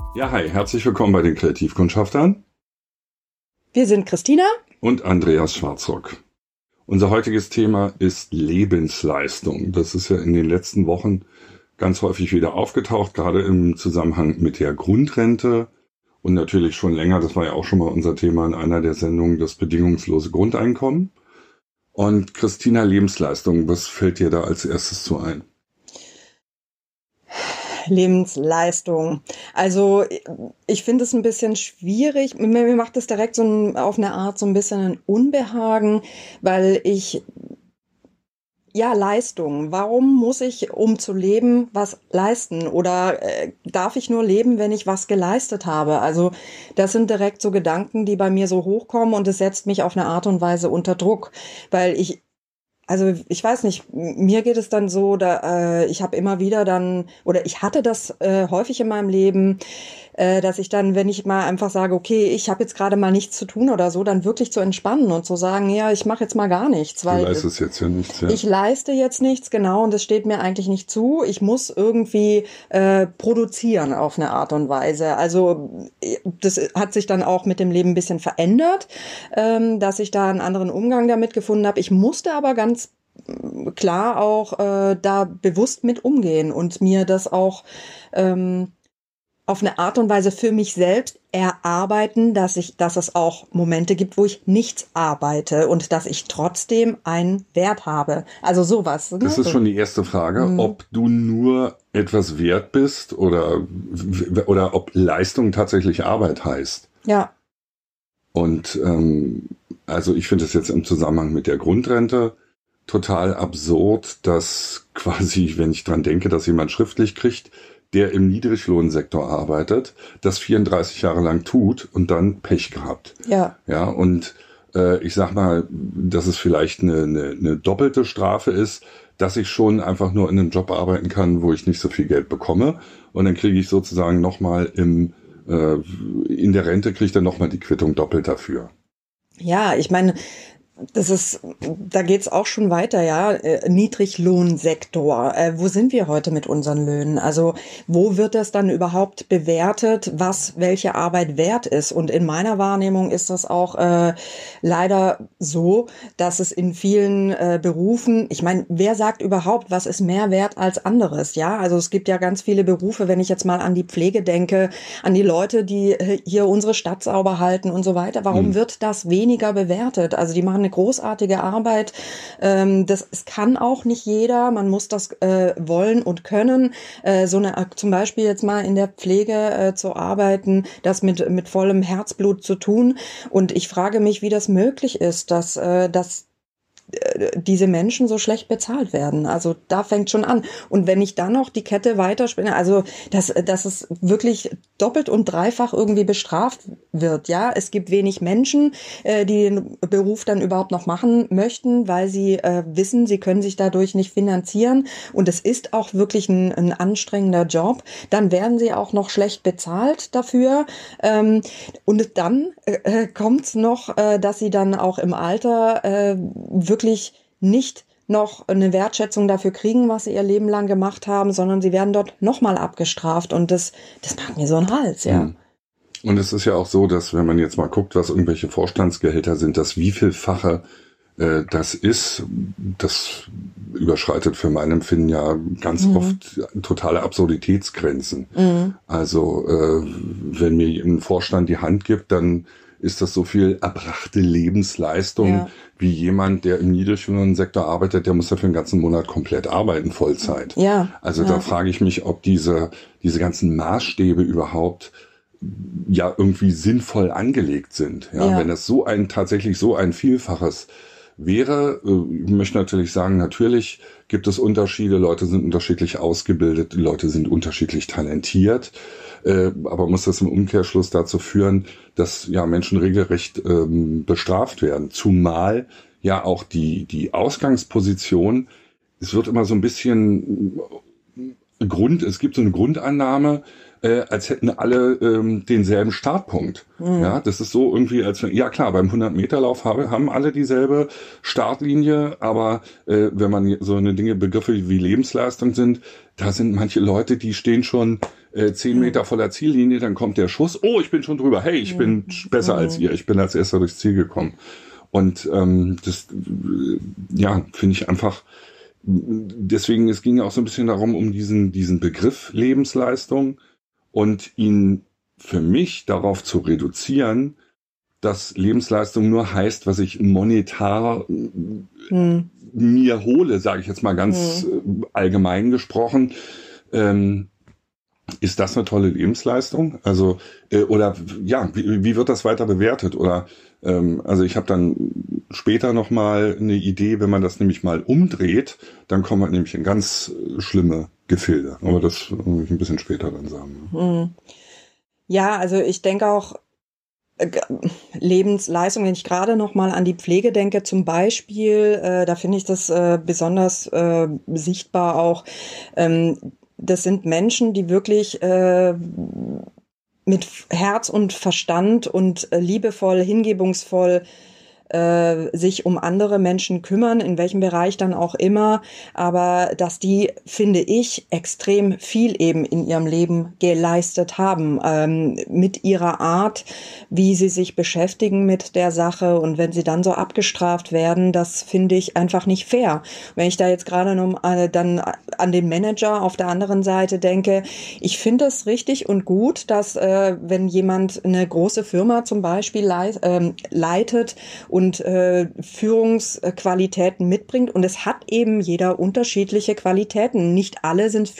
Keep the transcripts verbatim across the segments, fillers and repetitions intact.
Ja, hi, herzlich willkommen bei den Kreativkundschaftern. Wir sind Christina und Andreas Schwarzrock. Unser heutiges Thema ist Lebensleistung. Das ist ja in den letzten Wochen ganz häufig wieder aufgetaucht, gerade im Zusammenhang mit der Grundrente und natürlich schon länger, das war ja auch schon mal unser Thema in einer der Sendungen, das bedingungslose Grundeinkommen. Und Christina, Lebensleistung, was fällt dir da als erstes zu ein? Lebensleistung. Also ich finde es ein bisschen schwierig. Mir macht es direkt so ein, auf eine Art so ein bisschen ein Unbehagen, weil ich, ja, Leistung. Warum muss ich, um zu leben, was leisten? Oder äh, darf ich nur leben, wenn ich was geleistet habe? Also das sind direkt so Gedanken, die bei mir so hochkommen und es setzt mich auf eine Art und Weise unter Druck, weil ich Also ich weiß nicht, mir geht es dann so, da äh, ich habe immer wieder dann, oder ich hatte das äh, häufig in meinem Leben, äh, dass ich dann, wenn ich mal einfach sage, okay, ich habe jetzt gerade mal nichts zu tun oder so, dann wirklich zu entspannen und zu sagen, ja, ich mache jetzt mal gar nichts. Weil du leistest jetzt ja nichts, ja. Ich leiste jetzt nichts, genau, und das steht mir eigentlich nicht zu. Ich muss irgendwie äh, produzieren auf eine Art und Weise. Also das hat sich dann auch mit dem Leben ein bisschen verändert, ähm, dass ich da einen anderen Umgang damit gefunden habe. Ich musste aber ganz klar auch äh, da bewusst mit umgehen und mir das auch ähm, auf eine Art und Weise für mich selbst erarbeiten, dass ich, dass es auch Momente gibt, wo ich nichts arbeite und dass ich trotzdem einen Wert habe. Also sowas. Ne? Das ist schon die erste Frage, mhm. ob du nur etwas wert bist oder, oder ob Leistung tatsächlich Arbeit heißt. Ja. Und ähm, also ich finde es jetzt im Zusammenhang mit der Grundrente total absurd, dass quasi, wenn ich dran denke, dass jemand schriftlich kriegt, der im Niedriglohnsektor arbeitet, das vierunddreißig Jahre lang tut und dann Pech gehabt. Ja. Ja, und äh, ich sag mal, dass es vielleicht eine, eine, eine doppelte Strafe ist, dass ich schon einfach nur in einem Job arbeiten kann, wo ich nicht so viel Geld bekomme. Und dann kriege ich sozusagen nochmal im äh, in der Rente kriege ich dann nochmal die Quittung doppelt dafür. Ja, ich meine, das ist, da geht's auch schon weiter, ja. Äh, Niedriglohnsektor. Äh, wo sind wir heute mit unseren Löhnen? Also wo wird das dann überhaupt bewertet, was welche Arbeit wert ist? Und in meiner Wahrnehmung ist das auch äh, leider so, dass es in vielen äh, Berufen, ich meine, wer sagt überhaupt, was ist mehr wert als anderes? Ja, also es gibt ja ganz viele Berufe, wenn ich jetzt mal an die Pflege denke, an die Leute, die hier unsere Stadt sauber halten und so weiter. Warum mhm. wird das weniger bewertet? Also die machen eine großartige Arbeit. Ähm, das es kann auch nicht jeder. Man muss das äh, wollen und können. Äh, so eine zum Beispiel jetzt mal in der Pflege äh, zu arbeiten, das mit mit vollem Herzblut zu tun. Und ich frage mich, wie das möglich ist, dass äh, dass diese Menschen so schlecht bezahlt werden. Also da fängt schon an. Und wenn ich dann noch die Kette weiterspinne, also dass, dass es wirklich doppelt und dreifach irgendwie bestraft wird. Ja, es gibt wenig Menschen, äh, die den Beruf dann überhaupt noch machen möchten, weil sie äh, wissen, sie können sich dadurch nicht finanzieren. Und es ist auch wirklich ein, ein anstrengender Job. Dann werden sie auch noch schlecht bezahlt dafür. Ähm, und dann äh, kommt es noch, äh, dass sie dann auch im Alter äh, wirklich wirklich nicht noch eine Wertschätzung dafür kriegen, was sie ihr Leben lang gemacht haben, sondern sie werden dort nochmal abgestraft und das, das macht mir so einen Hals, ja. Und es ist ja auch so, dass wenn man jetzt mal guckt, was irgendwelche Vorstandsgehälter sind, dass wie vielfache äh, das ist, das überschreitet für mein Empfinden ja ganz mhm. oft totale Absurditätsgrenzen. Mhm. Also äh, wenn mir ein Vorstand die Hand gibt, dann ist das so viel erbrachte Lebensleistung, ja. wie jemand, der im Niedriglohnsektor arbeitet, der muss ja für den ganzen Monat komplett arbeiten, Vollzeit. Ja. Also ja. da frage ich mich, ob diese diese ganzen Maßstäbe überhaupt ja irgendwie sinnvoll angelegt sind. Ja, ja. Wenn es so ein tatsächlich so ein Vielfaches wäre, ich möchte natürlich sagen, natürlich gibt es Unterschiede, Leute sind unterschiedlich ausgebildet, Leute sind unterschiedlich talentiert, äh, aber muss das im Umkehrschluss dazu führen, dass ja Menschen regelrecht ähm, bestraft werden, zumal ja auch die die Ausgangsposition, es wird immer so ein bisschen Grund, es gibt so eine Grundannahme, äh, als hätten alle ähm, denselben Startpunkt. Mhm. Ja, das ist so irgendwie, als wenn, ja klar, beim hundert-Meter-Lauf habe, haben alle dieselbe Startlinie, aber äh, wenn man so eine Dinge, Begriffe wie Lebensleistung sind, da sind manche Leute, die stehen schon äh, zehn mhm. Meter vor der Ziellinie, dann kommt der Schuss, oh, ich bin schon drüber, hey, ich mhm. bin besser mhm. als ihr, ich bin als erster durchs Ziel gekommen. Und ähm, das, ja, finde ich einfach, deswegen, es ging ja auch so ein bisschen darum, um diesen, diesen Begriff Lebensleistung und ihn für mich darauf zu reduzieren, dass Lebensleistung nur heißt, was ich monetar hm. mir hole, sage ich jetzt mal ganz hm. allgemein gesprochen. Ähm, ist das eine tolle Lebensleistung? Also, äh, oder ja, wie, wie wird das weiter bewertet? Oder ähm, also ich habe dann später nochmal eine Idee, wenn man das nämlich mal umdreht, dann kommen wir nämlich in ganz schlimme Gefilde. Aber das will ich ein bisschen später dann sagen. Hm. Ja, also ich denke auch, Lebensleistung, wenn ich gerade noch mal an die Pflege denke, zum Beispiel, äh, da finde ich das äh, besonders äh, sichtbar auch. Ähm, das sind Menschen, die wirklich äh, mit Herz und Verstand und äh, liebevoll, hingebungsvoll äh, sich um andere Menschen kümmern, in welchem Bereich dann auch immer, aber dass die, finde ich, extrem viel eben in ihrem Leben geleistet haben, ähm, mit ihrer Art, wie sie sich beschäftigen mit der Sache, und wenn sie dann so abgestraft werden, das finde ich einfach nicht fair. Wenn ich da jetzt gerade noch äh, dann an den Manager auf der anderen Seite denke, ich finde es richtig und gut, dass äh, wenn jemand eine große Firma zum Beispiel leit, äh, leitet und und äh, Führungsqualitäten mitbringt. Und es hat eben jeder unterschiedliche Qualitäten. Nicht alle sind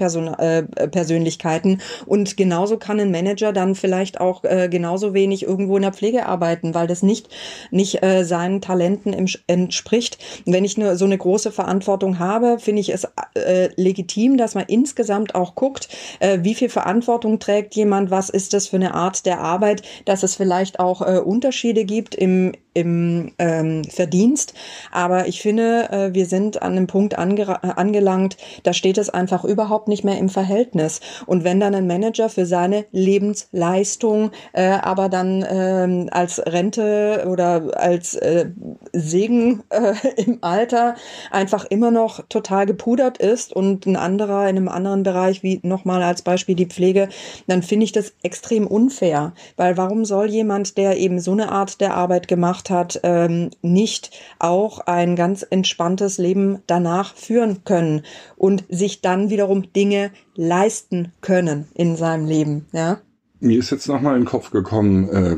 Führungspersönlichkeiten. Und genauso kann ein Manager dann vielleicht auch äh, genauso wenig irgendwo in der Pflege arbeiten, weil das nicht, nicht äh, seinen Talenten im, entspricht. Und wenn ich ne, so eine große Verantwortung habe, finde ich es äh, legitim, dass man insgesamt auch guckt, äh, wie viel Verantwortung trägt jemand, was ist das für eine Art der Arbeit, dass es vielleicht auch äh, Unterschiede gibt im im ähm, Verdienst, aber ich finde, äh, wir sind an einem Punkt ange- angelangt, da steht es einfach überhaupt nicht mehr im Verhältnis. Und wenn dann ein Manager für seine Lebensleistung äh, aber dann ähm, als Rente oder als äh, Segen äh, im Alter einfach immer noch total gepudert ist und ein anderer in einem anderen Bereich, wie nochmal als Beispiel die Pflege, dann finde ich das extrem unfair, weil warum soll jemand, der eben so eine Art der Arbeit gemacht hat, ähm, nicht auch ein ganz entspanntes Leben danach führen können und sich dann wiederum Dinge leisten können in seinem Leben, ja? Mir ist jetzt nochmal in den Kopf gekommen, äh,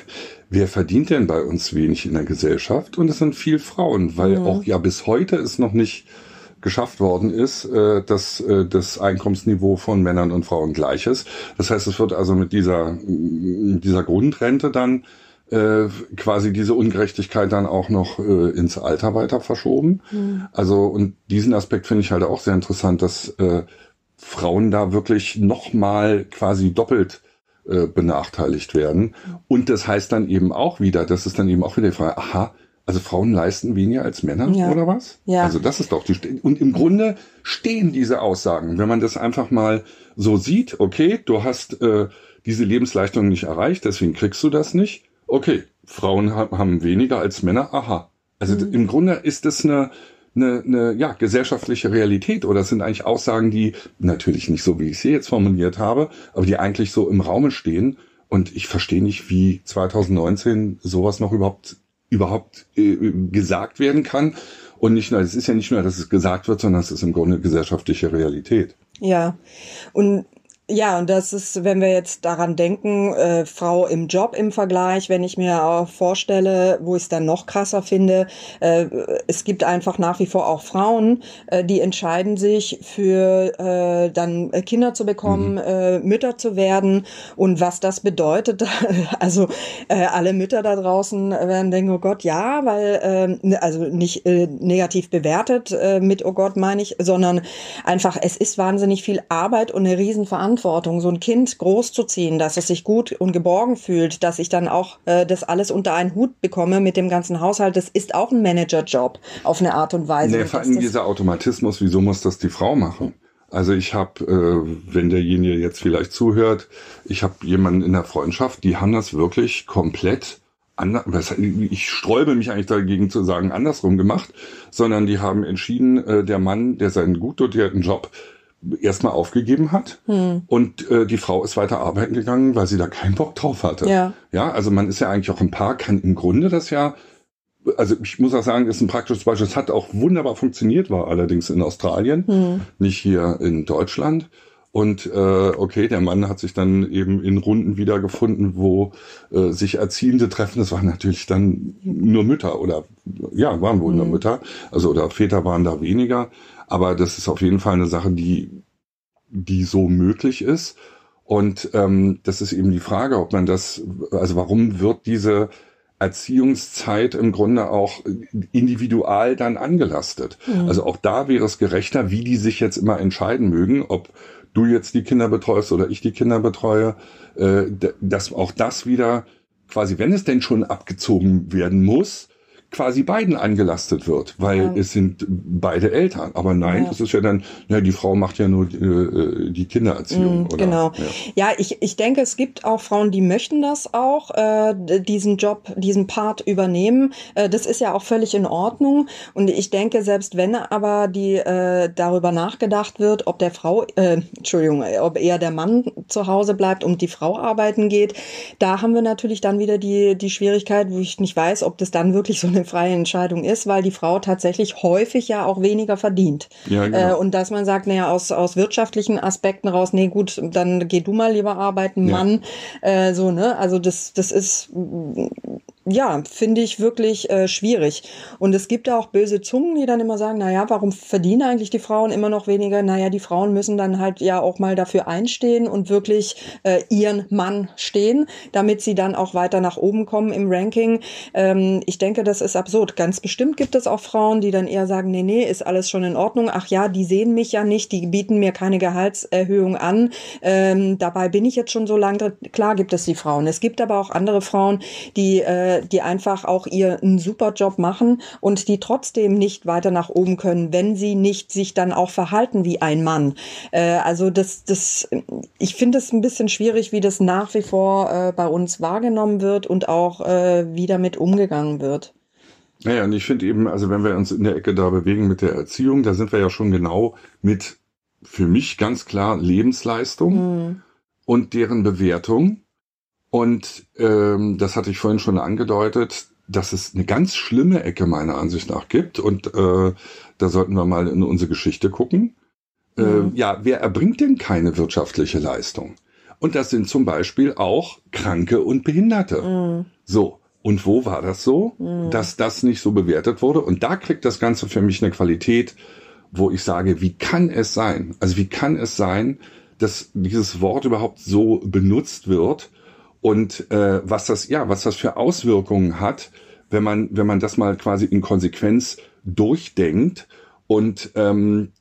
wer verdient denn bei uns wenig in der Gesellschaft? Und es sind viel Frauen, weil mhm. auch ja bis heute es noch nicht geschafft worden ist, äh, dass äh, das Einkommensniveau von Männern und Frauen gleich ist. Das heißt, es wird also mit dieser, mit dieser Grundrente dann Äh, quasi diese Ungerechtigkeit dann auch noch äh, ins Alter weiter verschoben. Mhm. Also, und diesen Aspekt finde ich halt auch sehr interessant, dass äh, Frauen da wirklich nochmal quasi doppelt äh, benachteiligt werden. Und das heißt dann eben auch wieder, das ist dann eben auch wieder die Frage, aha, also Frauen leisten weniger als Männer, ja. oder was? Ja. Also das ist doch die, und im Grunde stehen diese Aussagen, wenn man das einfach mal so sieht, okay, du hast äh, diese Lebensleistung nicht erreicht, deswegen kriegst du das nicht. Okay, Frauen haben weniger als Männer, aha. Also mhm. im Grunde ist das eine, eine, eine ja, gesellschaftliche Realität, oder es sind eigentlich Aussagen, die natürlich nicht so, wie ich sie jetzt formuliert habe, aber die eigentlich so im Raume stehen, und ich verstehe nicht, wie zwanzig neunzehn sowas noch überhaupt überhaupt äh, gesagt werden kann. Und nicht nur, es ist ja nicht nur, dass es gesagt wird, sondern es ist im Grunde gesellschaftliche Realität. Ja, und ja, und das ist, wenn wir jetzt daran denken, äh, Frau im Job im Vergleich, wenn ich mir auch vorstelle, wo ich es dann noch krasser finde, äh, es gibt einfach nach wie vor auch Frauen, äh, die entscheiden sich für äh, dann Kinder zu bekommen, mhm. äh, Mütter zu werden, und was das bedeutet, also äh, alle Mütter da draußen werden denken, oh Gott, ja, weil, äh, also nicht äh, negativ bewertet äh, mit, oh Gott, meine ich, sondern einfach, es ist wahnsinnig viel Arbeit und eine Riesenverantwortung, so ein Kind großzuziehen, dass es sich gut und geborgen fühlt, dass ich dann auch äh, das alles unter einen Hut bekomme mit dem ganzen Haushalt. Das ist auch ein Managerjob auf eine Art und Weise. Nee, vor allem dieser Automatismus, wieso muss das die Frau machen? Also ich habe, äh, wenn derjenige jetzt vielleicht zuhört, ich habe jemanden in der Freundschaft, die haben das wirklich komplett anders, ich sträube mich eigentlich dagegen zu sagen, andersrum gemacht, sondern die haben entschieden, äh, der Mann, der seinen gut dotierten Job erstmal aufgegeben hat hm. und äh, die Frau ist weiter arbeiten gegangen, weil sie da keinen Bock drauf hatte. Ja. Ja, also man ist ja eigentlich auch ein Paar, kann im Grunde das ja, also ich muss auch sagen, ist ein praktisches Beispiel, es hat auch wunderbar funktioniert, war allerdings in Australien, hm. nicht hier in Deutschland. Und äh, okay, der Mann hat sich dann eben in Runden wiedergefunden, wo äh, sich Erziehende treffen. Das waren natürlich dann nur Mütter oder ja, waren wohl mhm. nur Mütter. Also oder Väter waren da weniger. Aber das ist auf jeden Fall eine Sache, die die so möglich ist. Und ähm, das ist eben die Frage, ob man das, also warum wird diese Erziehungszeit im Grunde auch individual dann angelastet? Mhm. Also auch da wäre es gerechter, wie die sich jetzt immer entscheiden mögen, ob du jetzt die Kinder betreust oder ich die Kinder betreue, äh, dass auch das wieder quasi, wenn es denn schon abgezogen werden muss, quasi beiden angelastet wird, weil ja. es sind beide Eltern. Aber nein, ja. das ist ja dann, ja, die Frau macht ja nur äh, die Kindererziehung. Mm, oder? Genau. Ja, ja ich, ich denke, es gibt auch Frauen, die möchten das auch, äh, diesen Job, diesen Part übernehmen. Äh, das ist ja auch völlig in Ordnung. Und ich denke, selbst wenn aber die äh, darüber nachgedacht wird, ob der Frau, äh, Entschuldigung, ob eher der Mann zu Hause bleibt und die Frau arbeiten geht, da haben wir natürlich dann wieder die, die Schwierigkeit, wo ich nicht weiß, ob das dann wirklich so eine freie Entscheidung ist, weil die Frau tatsächlich häufig ja auch weniger verdient. Ja, genau. äh, und dass man sagt, naja, aus, aus wirtschaftlichen Aspekten raus, nee, gut, dann geh du mal lieber arbeiten, ja. Mann. Äh, so, ne? Also das, das ist, ja, finde ich wirklich äh, schwierig. Und es gibt auch böse Zungen, die dann immer sagen, naja, warum verdienen eigentlich die Frauen immer noch weniger? Naja, die Frauen müssen dann halt ja auch mal dafür einstehen und wirklich äh, ihren Mann stehen, damit sie dann auch weiter nach oben kommen im Ranking. Ähm, ich denke, das ist absurd. Ganz bestimmt gibt es auch Frauen, die dann eher sagen, nee, nee, ist alles schon in Ordnung. Ach ja, die sehen mich ja nicht, die bieten mir keine Gehaltserhöhung an. Ähm, dabei bin ich jetzt schon so lange. Klar gibt es die Frauen. Es gibt aber auch andere Frauen, die äh, die einfach auch ihren super Job machen und die trotzdem nicht weiter nach oben können, wenn sie nicht sich dann auch verhalten wie ein Mann. Äh, also das, das, ich finde es ein bisschen schwierig, wie das nach wie vor äh, bei uns wahrgenommen wird und auch äh, wie damit umgegangen wird. Naja, und ich finde eben, also wenn wir uns in der Ecke da bewegen mit der Erziehung, da sind wir ja schon genau mit, für mich ganz klar, Lebensleistung mhm. und deren Bewertung. Und ähm, das hatte ich vorhin schon angedeutet, dass es eine ganz schlimme Ecke meiner Ansicht nach gibt. Und äh, da sollten wir mal in unsere Geschichte gucken. Mhm. Äh, ja, wer erbringt denn keine wirtschaftliche Leistung? Und das sind zum Beispiel auch Kranke und Behinderte. Mhm. So, und wo war das so, mhm. dass das nicht so bewertet wurde? Und da kriegt das Ganze für mich eine Qualität, wo ich sage, wie kann es sein? Also wie kann es sein, dass dieses Wort überhaupt so benutzt wird? Und äh, was das, ja, was das für Auswirkungen hat, wenn man, wenn man das mal quasi in Konsequenz durchdenkt. Und ähm,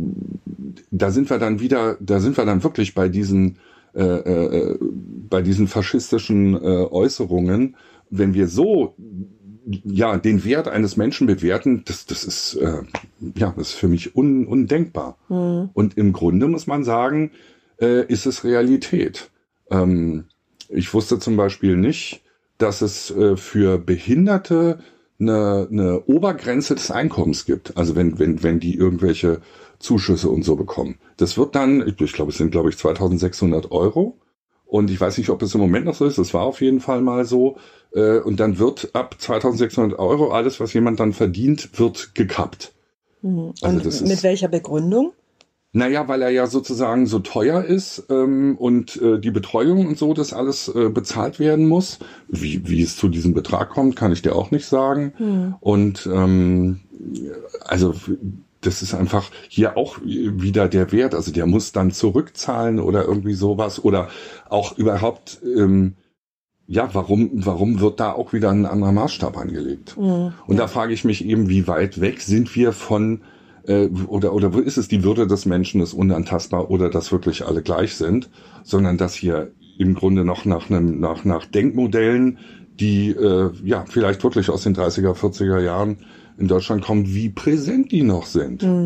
da sind wir dann wieder, da sind wir dann wirklich bei diesen, äh, äh, bei diesen faschistischen äh, Äußerungen. Wenn wir so, ja, den Wert eines Menschen bewerten, das, das ist, äh, ja, das ist für mich un, undenkbar. Mhm. Und im Grunde muss man sagen, äh, ist es Realität. Ähm, Ich wusste zum Beispiel nicht, dass es äh, für Behinderte eine, eine Obergrenze des Einkommens gibt. Also wenn wenn wenn die irgendwelche Zuschüsse und so bekommen. Das wird dann, ich, ich glaube, es sind glaube ich zweitausendsechshundert Euro. Und ich weiß nicht, ob es im Moment noch so ist. Das war auf jeden Fall mal so. Äh, und dann wird ab zweitausendsechshundert Euro alles, was jemand dann verdient, wird gekappt. Mhm. Also und das mit ist, welcher Begründung? Naja, weil er ja sozusagen so teuer ist ähm, und äh, die Betreuung und so, das alles äh, bezahlt werden muss. Wie, wie es zu diesem Betrag kommt, kann ich dir auch nicht sagen. Hm. Und ähm, also das ist einfach hier auch wieder der Wert. Also der muss dann zurückzahlen oder irgendwie sowas. Oder auch überhaupt, ähm, ja, warum, warum wird da auch wieder ein anderer Maßstab angelegt? Hm. Und ja. da frage ich mich eben, wie weit weg sind wir von Oder, oder ist es die Würde des Menschen, ist unantastbar oder dass wirklich alle gleich sind, sondern dass hier im Grunde noch nach einem, nach, nach Denkmodellen, die, äh, ja, vielleicht wirklich aus den dreißiger, vierziger Jahren in Deutschland kommen, wie präsent die noch sind. Mhm.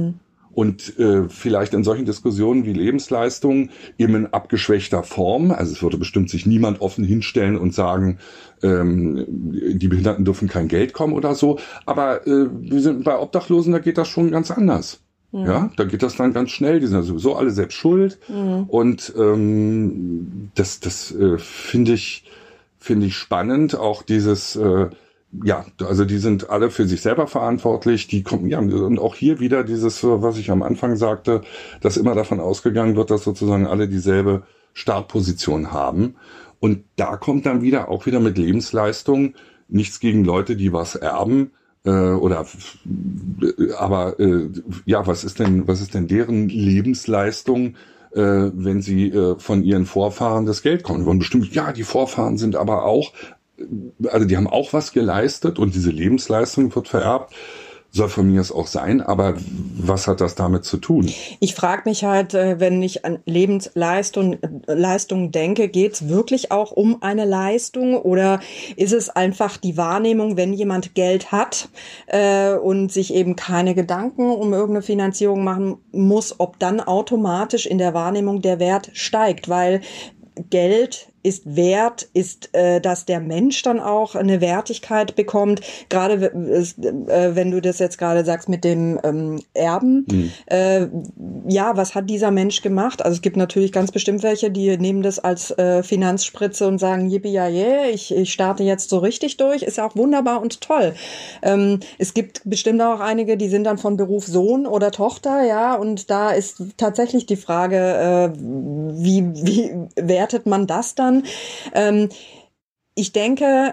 und äh, vielleicht in solchen Diskussionen wie Lebensleistung eben in abgeschwächter Form. Also es würde bestimmt sich niemand offen hinstellen und sagen, ähm, die Behinderten dürfen kein Geld kommen oder so. Aber äh, wir sind bei Obdachlosen, da geht das schon ganz anders. Mhm. Ja, da geht das dann ganz schnell. Die sind ja sowieso alle selbst schuld. Mhm. Und ähm, das, das äh, finde ich, finde ich spannend. Auch dieses äh, Ja, also die sind alle für sich selber verantwortlich. Die kommen, ja, und auch hier wieder dieses, was ich am Anfang sagte, dass immer davon ausgegangen wird, dass sozusagen alle dieselbe Startposition haben. Und da kommt dann wieder auch wieder mit Lebensleistung nichts gegen Leute, die was erben, äh, oder, aber äh, ja, was ist denn, was ist denn deren Lebensleistung, äh, wenn sie äh, von ihren Vorfahren das Geld kommen? Und bestimmt, ja, die Vorfahren sind aber auch Also die haben auch was geleistet und diese Lebensleistung wird vererbt. Soll von mir es auch sein, aber was hat das damit zu tun? Ich frage mich halt, wenn ich an Lebensleistung Leistung denke, geht es wirklich auch um eine Leistung oder ist es einfach die Wahrnehmung, wenn jemand Geld hat äh, und sich eben keine Gedanken um irgendeine Finanzierung machen muss, ob dann automatisch in der Wahrnehmung der Wert steigt, weil Geld ist wert, ist, äh, dass der Mensch dann auch eine Wertigkeit bekommt. Gerade äh, wenn du das jetzt gerade sagst mit dem ähm, Erben. Mhm. Äh, ja, was hat dieser Mensch gemacht? Also es gibt natürlich ganz bestimmt welche, die nehmen das als äh, Finanzspritze und sagen, yippie ja yeah, ich, ich starte jetzt so richtig durch. Ist ja auch wunderbar und toll. Ähm, es gibt bestimmt auch einige, die sind dann von Beruf Sohn oder Tochter, ja, und da ist tatsächlich die Frage, äh, wie, wie wertet man das dann? Ähm, ich denke,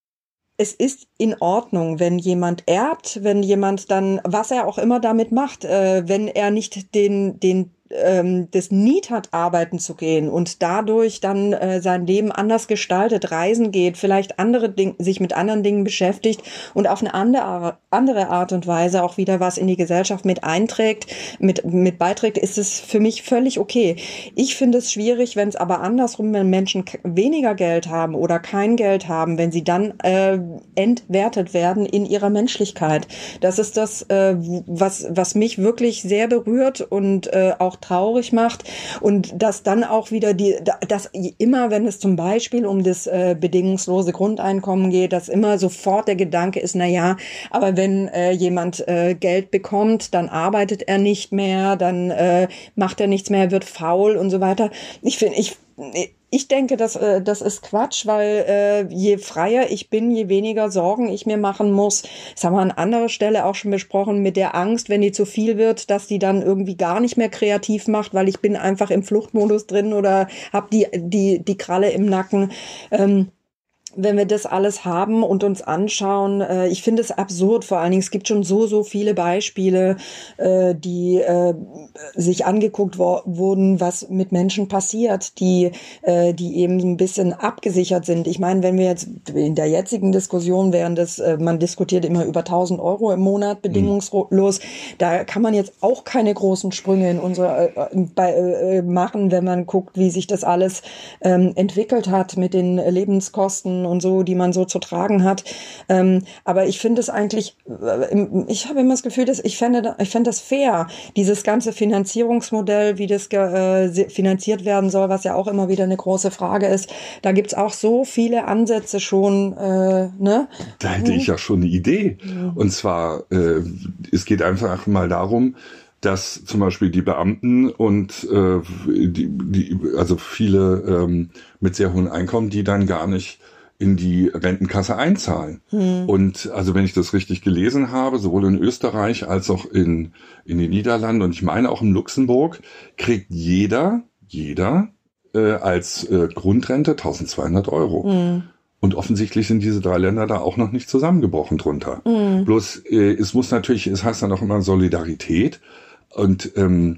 es ist in Ordnung, wenn jemand erbt, wenn jemand dann, was er auch immer damit macht, äh, wenn er nicht den, den ähm, das Need hat, arbeiten zu gehen und dadurch dann äh, sein Leben anders gestaltet, reisen geht, vielleicht andere Dinge, sich mit anderen Dingen beschäftigt und auf eine andere, andere Art und Weise auch wieder was in die Gesellschaft mit einträgt, mit, mit beiträgt, ist es für mich völlig okay. Ich finde es schwierig, wenn es aber andersrum, wenn Menschen weniger Geld haben oder kein Geld haben, wenn sie dann äh, entwertet werden in ihrer Menschlichkeit. Das ist das, äh, was, was mich wirklich sehr berührt und äh, auch traurig macht und dass dann auch wieder die, dass immer, wenn es zum Beispiel um das äh, bedingungslose Grundeinkommen geht, dass immer sofort der Gedanke ist, na ja, aber wenn äh, jemand äh, Geld bekommt, dann arbeitet er nicht mehr, dann äh, macht er nichts mehr, wird faul und so weiter. Ich finde, ich Ich denke, das, das ist Quatsch, weil äh, je freier ich bin, je weniger Sorgen ich mir machen muss. Das haben wir an anderer Stelle auch schon besprochen mit der Angst, wenn die zu viel wird, dass die dann irgendwie gar nicht mehr kreativ macht, weil ich bin einfach im Fluchtmodus drin oder habe die, die, die Kralle im Nacken. Ähm, Wenn wir das alles haben und uns anschauen, äh, ich finde es absurd, vor allen Dingen, es gibt schon so, so viele Beispiele, äh, die äh, sich angeguckt wo- wurden, was mit Menschen passiert, die äh, die eben ein bisschen abgesichert sind. Ich meine, wenn wir jetzt in der jetzigen Diskussion, während das, äh, man diskutiert immer über tausend Euro im Monat, bedingungslos, mhm. da kann man jetzt auch keine großen Sprünge in unsere äh, bei, äh, machen, wenn man guckt, wie sich das alles ähm, entwickelt hat mit den Lebenskosten und so, die man so zu tragen hat. Ähm, aber ich finde es eigentlich, äh, ich habe immer das Gefühl, dass ich fände, ich fände das fair, dieses ganze Finanzierungsmodell, wie das äh, finanziert werden soll, was ja auch immer wieder eine große Frage ist. Da gibt's auch so viele Ansätze schon, äh, ne? Da hätte ich ja schon eine Idee. Mhm. Und zwar, äh, es geht einfach mal darum, dass zum Beispiel die Beamten und äh, die, die, also viele ähm, mit sehr hohen Einkommen, die dann gar nicht in die Rentenkasse einzahlen. Hm. Und also wenn ich das richtig gelesen habe, sowohl in Österreich als auch in, in den Niederlanden und ich meine auch in Luxemburg, kriegt jeder, jeder äh, als äh, Grundrente tausendzweihundert Euro. Hm. Und offensichtlich sind diese drei Länder da auch noch nicht zusammengebrochen drunter. Hm. Bloß äh, es muss natürlich, es heißt dann auch immer Solidarität und ähm,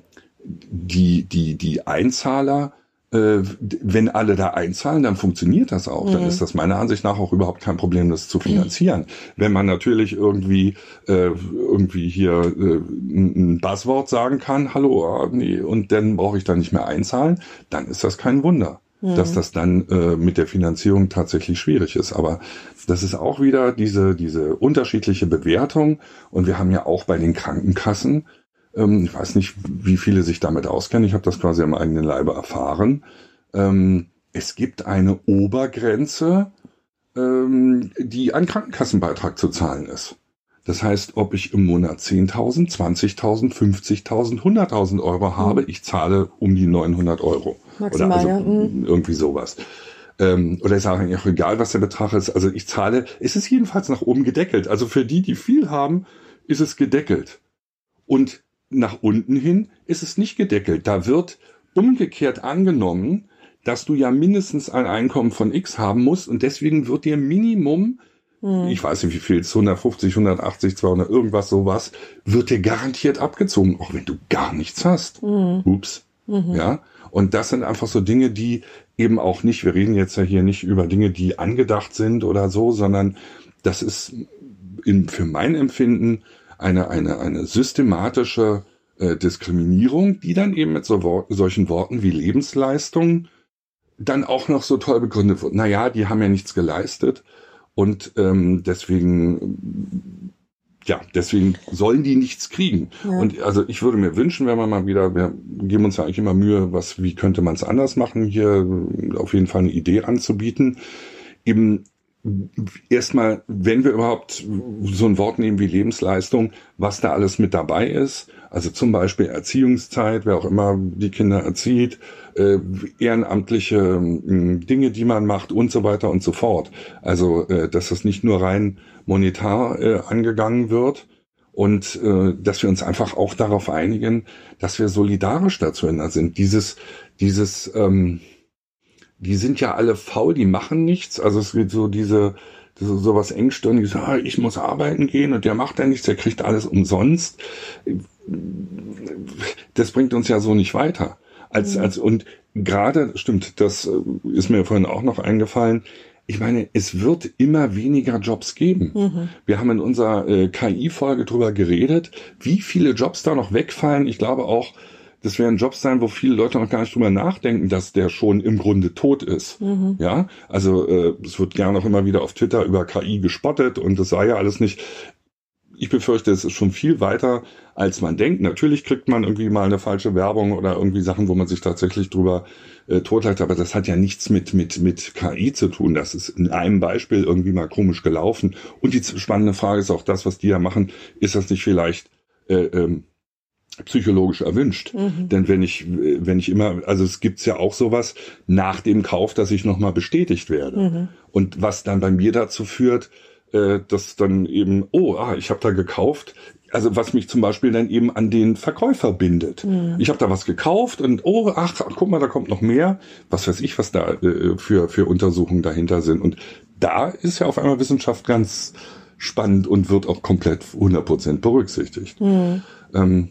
die, die, die Einzahler, wenn alle da einzahlen, dann funktioniert das auch. Mhm. Dann ist das meiner Ansicht nach auch überhaupt kein Problem, das zu finanzieren. Mhm. Wenn man natürlich irgendwie äh, irgendwie hier äh, ein Buzzword sagen kann, hallo, ah, nee, und dann brauche ich da nicht mehr einzahlen, dann ist das kein Wunder, mhm. dass das dann äh, mit der Finanzierung tatsächlich schwierig ist. Aber das ist auch wieder diese diese unterschiedliche Bewertung. Und wir haben ja auch bei den Krankenkassen Ähm, ich weiß nicht, wie viele sich damit auskennen. Ich habe das quasi am eigenen Leibe erfahren. Ähm, es gibt eine Obergrenze, ähm, die ein Krankenkassenbeitrag zu zahlen ist. Das heißt, ob ich im Monat zehntausend, zwanzigtausend, fünfzigtausend, hunderttausend Euro habe, mhm. ich zahle um die neunhundert Euro. Maximal, oder also ja. Mhm. irgendwie sowas. Ähm, oder ich sage eigentlich auch egal, was der Betrag ist. Also ich zahle, es ist jedenfalls nach oben gedeckelt. Also für die, die viel haben, ist es gedeckelt. Und nach unten hin ist es nicht gedeckelt. Da wird umgekehrt angenommen, dass du ja mindestens ein Einkommen von X haben musst und deswegen wird dir Minimum, hm. ich weiß nicht wie viel, hundertfünfzig, hundertachtzig, zweihundert, irgendwas sowas, wird dir garantiert abgezogen, auch wenn du gar nichts hast. Hm. Ups. Mhm. Ja. Und das sind einfach so Dinge, die eben auch nicht, wir reden jetzt ja hier nicht über Dinge, die angedacht sind oder so, sondern das ist in, für mein Empfinden eine, eine, eine systematische äh, Diskriminierung, die dann eben mit so Wor- solchen Worten wie Lebensleistung dann auch noch so toll begründet wird. Naja, die haben ja nichts geleistet und ähm, deswegen, ja, deswegen sollen die nichts kriegen. Ja. Und also ich würde mir wünschen, wenn man mal wieder, wir geben uns ja eigentlich immer Mühe, was, wie könnte man es anders machen, hier auf jeden Fall eine Idee anzubieten. Eben erstmal, wenn wir überhaupt so ein Wort nehmen wie Lebensleistung, was da alles mit dabei ist. Also zum Beispiel Erziehungszeit, wer auch immer die Kinder erzieht, äh, ehrenamtliche äh, Dinge, die man macht und so weiter und so fort. Also, äh, dass das nicht nur rein monetar äh, angegangen wird und äh, dass wir uns einfach auch darauf einigen, dass wir solidarisch dazueinander sind. Dieses, dieses, ähm, die sind ja alle faul, die machen nichts. Also es gibt so diese, so, so was engstirniges, ah, ich muss arbeiten gehen und der macht ja nichts, der kriegt alles umsonst. Das bringt uns ja so nicht weiter. Als, als, und gerade, stimmt, das ist mir vorhin auch noch eingefallen, ich meine, es wird immer weniger Jobs geben. Mhm. Wir haben in unserer äh, K I-Folge drüber geredet, wie viele Jobs da noch wegfallen. Ich glaube auch, das werden Jobs sein, wo viele Leute noch gar nicht drüber nachdenken, dass der schon im Grunde tot ist. Mhm. Ja, also äh, es wird gerne auch immer wieder auf Twitter über K I gespottet und das sei ja alles nicht. Ich befürchte, es ist schon viel weiter, als man denkt. Natürlich kriegt man irgendwie mal eine falsche Werbung oder irgendwie Sachen, wo man sich tatsächlich drüber äh, totlacht, aber das hat ja nichts mit mit mit K I zu tun. Das ist in einem Beispiel irgendwie mal komisch gelaufen. Und die spannende Frage ist auch das, was die ja machen, ist das nicht vielleicht äh, ähm, psychologisch erwünscht. Mhm. Denn wenn ich, wenn ich immer, also es gibt's ja auch sowas nach dem Kauf, dass ich nochmal bestätigt werde. Mhm. Und was dann bei mir dazu führt, äh, dass dann eben, oh, ah, ich habe da gekauft. Also was mich zum Beispiel dann eben an den Verkäufer bindet. Mhm. Ich habe da was gekauft und oh, ach, guck mal, da kommt noch mehr. Was weiß ich, was da äh, für, für Untersuchungen dahinter sind. Und da ist ja auf einmal Wissenschaft ganz spannend und wird auch komplett hundert Prozent berücksichtigt. Mhm. Ähm,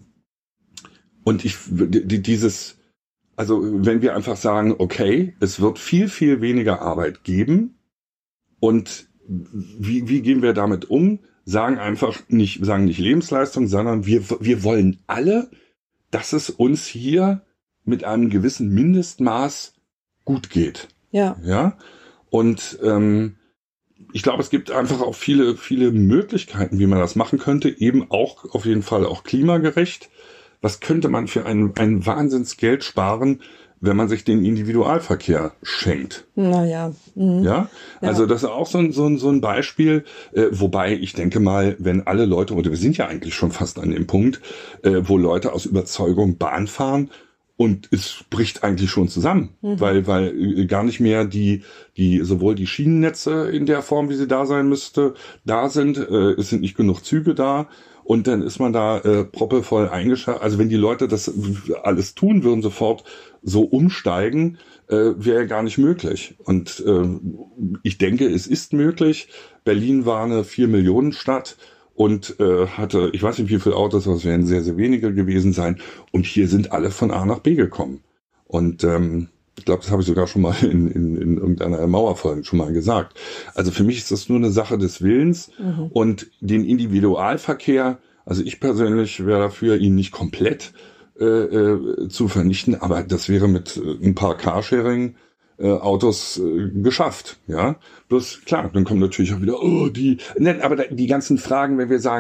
Und ich, dieses, also wenn wir einfach sagen, okay, es wird viel, viel weniger Arbeit geben und wie, wie gehen wir damit um? Sagen einfach nicht, sagen nicht Lebensleistung, sondern wir, wir wollen alle, dass es uns hier mit einem gewissen Mindestmaß gut geht. Ja. Ja. Und, ähm, ich glaube, es gibt einfach auch viele, viele Möglichkeiten, wie man das machen könnte, eben auch auf jeden Fall auch klimagerecht. Was könnte man für ein, ein Wahnsinnsgeld sparen, wenn man sich den Individualverkehr schenkt? Naja. Mhm. Ja, also ja. Das ist auch so ein, so ein, so ein Beispiel, äh, wobei ich denke mal, wenn alle Leute, oder wir sind ja eigentlich schon fast an dem Punkt, äh, wo Leute aus Überzeugung Bahn fahren und es bricht eigentlich schon zusammen, mhm. weil weil gar nicht mehr die die sowohl die Schienennetze in der Form, wie sie da sein müsste, da sind, äh, es sind nicht genug Züge da. Und dann ist man da äh, proppevoll eingeschaltet. Also wenn die Leute das alles tun würden, sofort so umsteigen, äh, wäre gar nicht möglich. Und äh, ich denke, es ist möglich. Berlin war eine vier-Millionen-Stadt und äh, hatte, ich weiß nicht wie viele Autos, aber es werden sehr, sehr wenige gewesen sein. Und hier sind alle von A nach B gekommen. Und ähm, ich glaube, das habe ich sogar schon mal in, in, in irgendeiner Mauerfolge schon mal gesagt. Also für mich ist das nur eine Sache des Willens mhm. und den Individualverkehr, also ich persönlich wäre dafür, ihn nicht komplett äh, äh, zu vernichten, aber das wäre mit äh, ein paar Carsharing-Autos äh, geschafft. Ja, bloß klar, dann kommen natürlich auch wieder, oh, die, ne, aber die ganzen Fragen, wenn wir sagen,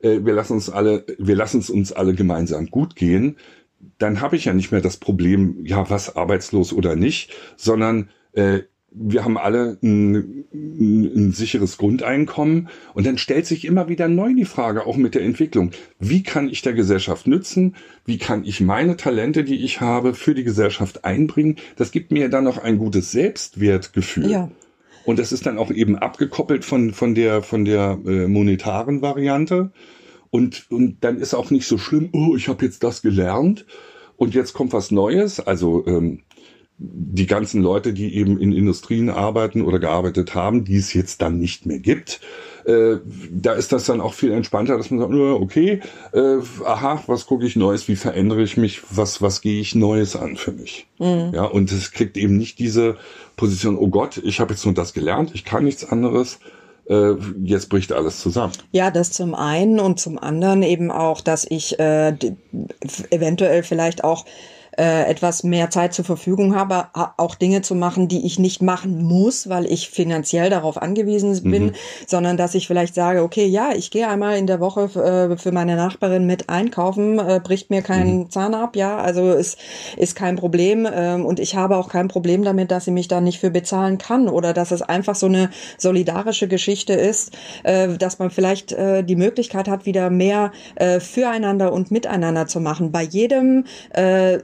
äh, wir lassen uns alle, wir lassen es uns alle gemeinsam gut gehen, dann habe ich ja nicht mehr das Problem, ja, was, arbeitslos oder nicht, sondern äh, wir haben alle ein, ein, ein sicheres Grundeinkommen und dann stellt sich immer wieder neu die Frage, auch mit der Entwicklung, wie kann ich der Gesellschaft nützen, wie kann ich meine Talente, die ich habe, für die Gesellschaft einbringen, das gibt mir dann noch ein gutes Selbstwertgefühl. Ja. Und das ist dann auch eben abgekoppelt von, von der, von der äh, monetaren Variante. Und, und dann ist auch nicht so schlimm, oh, ich habe jetzt das gelernt und jetzt kommt was Neues. Also ähm, die ganzen Leute, die eben in Industrien arbeiten oder gearbeitet haben, die es jetzt dann nicht mehr gibt, äh, da ist das dann auch viel entspannter, dass man sagt, okay, äh, aha, was gucke ich Neues, wie verändere ich mich, was was gehe ich Neues an für mich. Mhm. Ja, und es kriegt eben nicht diese Position, oh Gott, ich habe jetzt nur das gelernt, ich kann nichts anderes. Jetzt bricht alles zusammen. Ja, das zum einen und zum anderen eben auch, dass ich äh, eventuell vielleicht auch äh, etwas mehr Zeit zur Verfügung habe, auch Dinge zu machen, die ich nicht machen muss, weil ich finanziell darauf angewiesen bin, mhm. sondern dass ich vielleicht sage, okay, ja, ich gehe einmal in der Woche äh, für meine Nachbarin mit einkaufen, äh, bricht mir keinen mhm. Zahn ab, ja, also ist ist kein Problem äh, und ich habe auch kein Problem damit, dass sie mich da nicht für bezahlen kann oder dass es einfach so eine solidarische Geschichte ist, äh, dass man vielleicht äh, die Möglichkeit hat, wieder mehr äh, füreinander und miteinander zu machen. Bei jedem äh,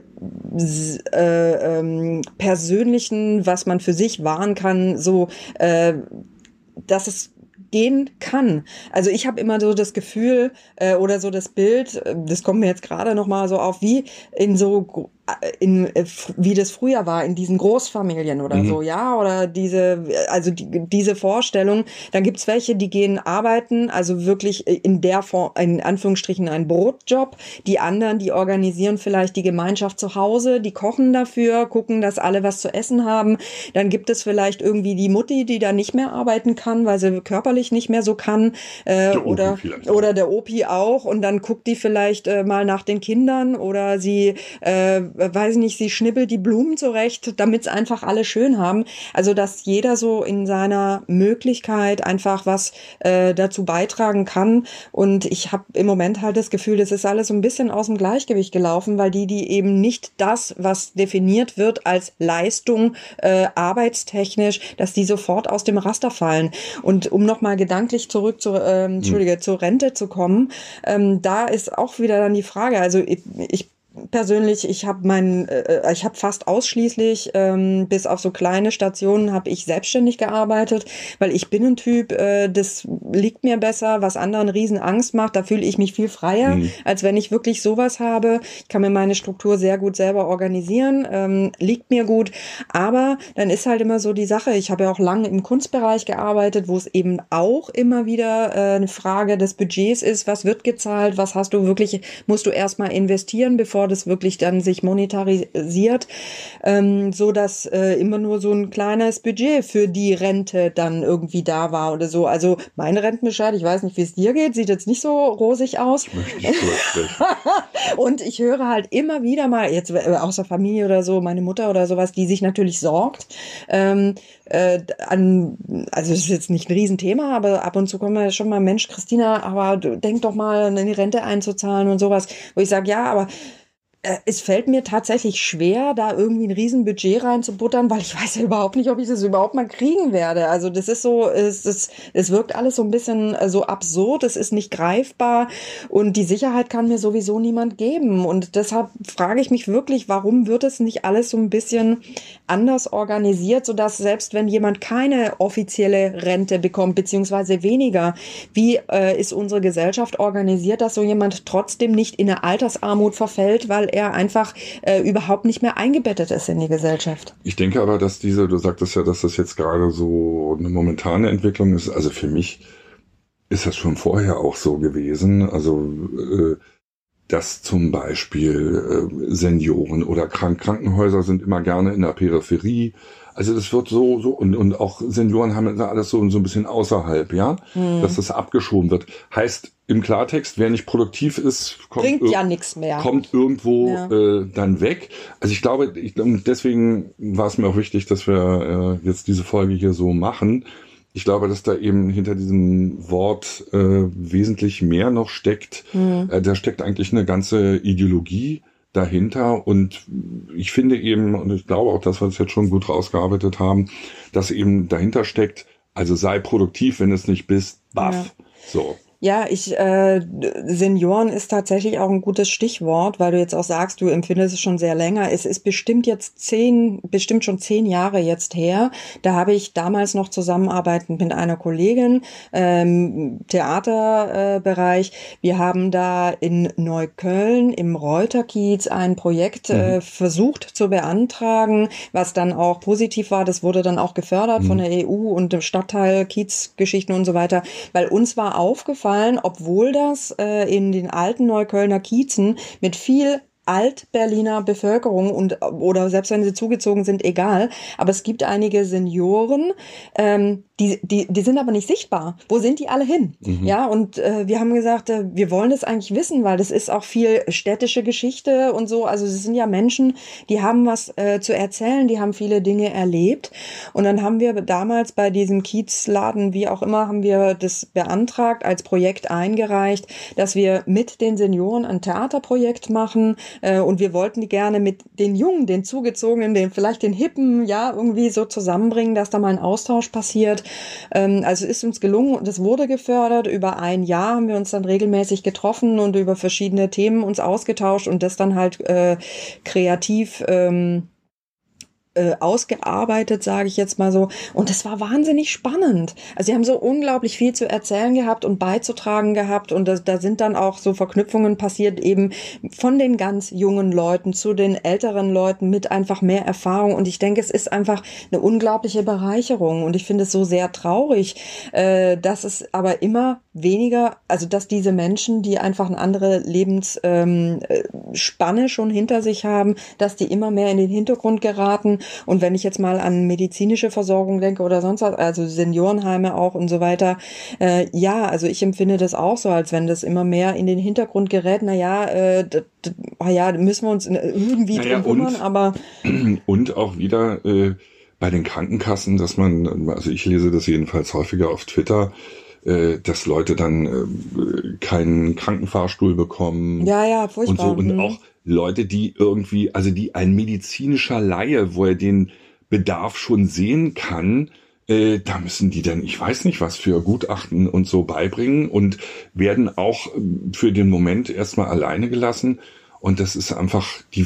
Äh, ähm, persönlichen, was man für sich wahren kann, so, äh, dass es gehen kann. Also ich habe immer so das Gefühl äh, oder so das Bild, das kommt mir jetzt gerade noch mal so auf, wie in so in wie das früher war in diesen Großfamilien oder mhm. so, ja, oder diese also die, diese Vorstellung, dann gibt's welche, die gehen arbeiten, also wirklich in der Form, in Anführungsstrichen ein Brotjob, die anderen, die organisieren vielleicht die Gemeinschaft zu Hause, die kochen dafür, gucken, dass alle was zu essen haben, dann gibt es vielleicht irgendwie die Mutti, die da nicht mehr arbeiten kann, weil sie körperlich nicht mehr so kann äh, oder oder der Opi auch und dann guckt die vielleicht äh, mal nach den Kindern oder sie äh, weiß nicht, sie schnippelt die Blumen zurecht, damit es einfach alle schön haben. Also, dass jeder so in seiner Möglichkeit einfach was äh, dazu beitragen kann. Und ich habe im Moment halt das Gefühl, das ist alles so ein bisschen aus dem Gleichgewicht gelaufen, weil die, die eben nicht das, was definiert wird als Leistung äh, arbeitstechnisch, dass die sofort aus dem Raster fallen. Und um nochmal gedanklich zurück zur, ähm, Entschuldige, mhm. zur Rente zu kommen, ähm, da ist auch wieder dann die Frage, also ich, ich persönlich, ich habe mein, äh, ich habe fast ausschließlich, ähm, bis auf so kleine Stationen, habe ich selbstständig gearbeitet, weil ich bin ein Typ, äh, das liegt mir besser, was anderen riesen Angst macht, da fühle ich mich viel freier, mhm. als wenn ich wirklich sowas habe. Ich kann mir meine Struktur sehr gut selber organisieren, ähm, liegt mir gut, aber dann ist halt immer so die Sache, ich habe ja auch lange im Kunstbereich gearbeitet, wo es eben auch immer wieder äh, eine Frage des Budgets ist, was wird gezahlt, was hast du wirklich, musst du erstmal investieren, bevor das wirklich dann sich monetarisiert, ähm, so dass äh, immer nur so ein kleines Budget für die Rente dann irgendwie da war oder so. Also mein Rentenbescheid, ich weiß nicht, wie es dir geht, sieht jetzt nicht so rosig aus. Ich Und ich höre halt immer wieder mal, jetzt aus der Familie oder so, meine Mutter oder sowas, die sich natürlich sorgt, ähm, äh, an, also es ist jetzt nicht ein Riesenthema, aber ab und zu kommen wir schon mal, Mensch, Christina, aber du, denk doch mal, in die Rente einzuzahlen und sowas, wo ich sage, ja, aber es fällt mir tatsächlich schwer, da irgendwie ein Riesenbudget reinzubuttern, weil ich weiß ja überhaupt nicht, ob ich das überhaupt mal kriegen werde. Also das ist so, es, es, es wirkt alles so ein bisschen so absurd, es ist nicht greifbar und die Sicherheit kann mir sowieso niemand geben. Und deshalb frage ich mich wirklich, warum wird es nicht alles so ein bisschen anders organisiert, sodass selbst wenn jemand keine offizielle Rente bekommt, beziehungsweise weniger, wie äh, ist unsere Gesellschaft organisiert, dass so jemand trotzdem nicht in eine Altersarmut verfällt, weil er einfach äh, überhaupt nicht mehr eingebettet ist in die Gesellschaft. Ich denke aber, dass diese, du sagtest ja, dass das jetzt gerade so eine momentane Entwicklung ist. Also für mich ist das schon vorher auch so gewesen. Also äh, dass zum Beispiel äh, Senioren oder Krank Krankenhäuser sind immer gerne in der Peripherie. Also das wird so, so, und, und auch Senioren haben da alles so, so ein bisschen außerhalb, ja, hm. dass das abgeschoben wird. Heißt im Klartext, wer nicht produktiv ist, kommt, bringt ja nichts mehr. kommt irgendwo ja. äh, dann weg. Also ich glaube, ich, deswegen war es mir auch wichtig, dass wir äh, jetzt diese Folge hier so machen, ich glaube, dass da eben hinter diesem Wort äh, wesentlich mehr noch steckt. Mhm. Äh, da steckt eigentlich eine ganze Ideologie dahinter. Und ich finde eben, und ich glaube auch, dass wir das jetzt schon gut rausgearbeitet haben, dass eben dahinter steckt, also sei produktiv, wenn du es nicht bist, baff. Ja. So. Ja, ich äh, Senioren ist tatsächlich auch ein gutes Stichwort, weil du jetzt auch sagst, du empfindest es schon sehr länger. Es ist bestimmt jetzt zehn, bestimmt schon zehn Jahre jetzt her. Da habe ich damals noch zusammenarbeitend mit einer Kollegin ähm, Theaterbereich. Äh, Wir haben da in Neukölln im Reuterkiez ein Projekt mhm. äh, versucht zu beantragen, was dann auch positiv war. Das wurde dann auch gefördert mhm. von der E U und dem Stadtteil Kiezgeschichten und so weiter, weil uns war aufgefallen, obwohl das äh, in den alten Neuköllner Kiezen mit viel Alt-Berliner Bevölkerung und oder selbst wenn sie zugezogen sind, egal. Aber es gibt einige Senioren, ähm, die, die, die sind aber nicht sichtbar. Wo sind die alle hin? Mhm. Ja, und äh, wir haben gesagt, äh, wir wollen das eigentlich wissen, weil das ist auch viel städtische Geschichte und so. Also es sind ja Menschen, die haben was äh, zu erzählen, die haben viele Dinge erlebt. Und dann haben wir damals bei diesem Kiezladen, wie auch immer, haben wir das beantragt, als Projekt eingereicht, dass wir mit den Senioren ein Theaterprojekt machen. Und wir wollten die gerne mit den Jungen, den Zugezogenen, den vielleicht den Hippen, ja, irgendwie so zusammenbringen, dass da mal ein Austausch passiert. Also ist uns gelungen und es wurde gefördert. Über ein Jahr haben wir uns dann regelmäßig getroffen und über verschiedene Themen uns ausgetauscht und das dann halt äh, kreativ ähm, ausgearbeitet, sage ich jetzt mal so. Und das war wahnsinnig spannend. Also sie haben so unglaublich viel zu erzählen gehabt und beizutragen gehabt und da, da sind dann auch so Verknüpfungen passiert, eben von den ganz jungen Leuten zu den älteren Leuten mit einfach mehr Erfahrung. Und ich denke, es ist einfach eine unglaubliche Bereicherung und ich finde es so sehr traurig, äh, dass es aber immer weniger, also dass diese Menschen, die einfach eine andere Lebensspanne ähm, schon hinter sich haben, dass die immer mehr in den Hintergrund geraten. Und wenn ich jetzt mal an medizinische Versorgung denke oder sonst was, also Seniorenheime auch und so weiter, äh, ja, also ich empfinde das auch so, als wenn das immer mehr in den Hintergrund gerät. Naja, äh, d- d- ja, müssen wir uns irgendwie naja, drum kümmern, aber... Und auch wieder äh, bei den Krankenkassen, dass man, also ich lese das jedenfalls häufiger auf Twitter, dass Leute dann äh, keinen Krankenfahrstuhl bekommen. Ja, ja, furchtbar. Und so. Und mhm. auch Leute, die irgendwie, also die ein medizinischer Laie, wo er den Bedarf schon sehen kann, äh, da müssen die dann, ich weiß nicht was für Gutachten und so beibringen und werden auch für den Moment erstmal alleine gelassen. Und das ist einfach die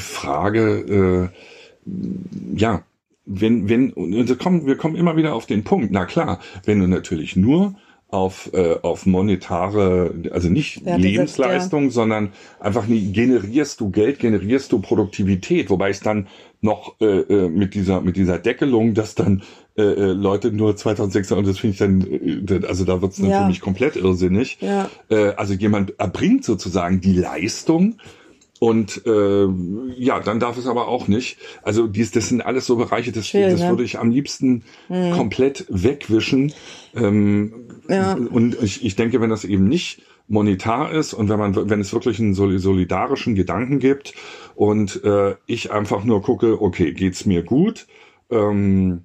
Frage, äh, ja, wenn, wenn, und wir kommen, wir kommen immer wieder auf den Punkt, na klar, wenn du natürlich nur auf äh, auf monetare, also nicht ja, Lebensleistung, ja. sondern einfach nie, generierst du Geld, generierst du Produktivität, wobei es dann noch äh, mit dieser mit dieser Deckelung, dass dann äh, Leute nur zweitausendsechshundert, und das finde ich dann, äh, also da wird's dann ja. für mich komplett irrsinnig. Ja. Äh, also jemand erbringt sozusagen die Leistung. Und äh, ja, dann darf es aber auch nicht. Also dies, das sind alles so Bereiche, das, Schön, das ja. würde ich am liebsten mhm. komplett wegwischen. Ähm, ja. Und ich, ich denke, wenn das eben nicht monetar ist und wenn man, wenn es wirklich einen solidarischen Gedanken gibt und äh, ich einfach nur gucke, okay, geht's mir gut? Ähm,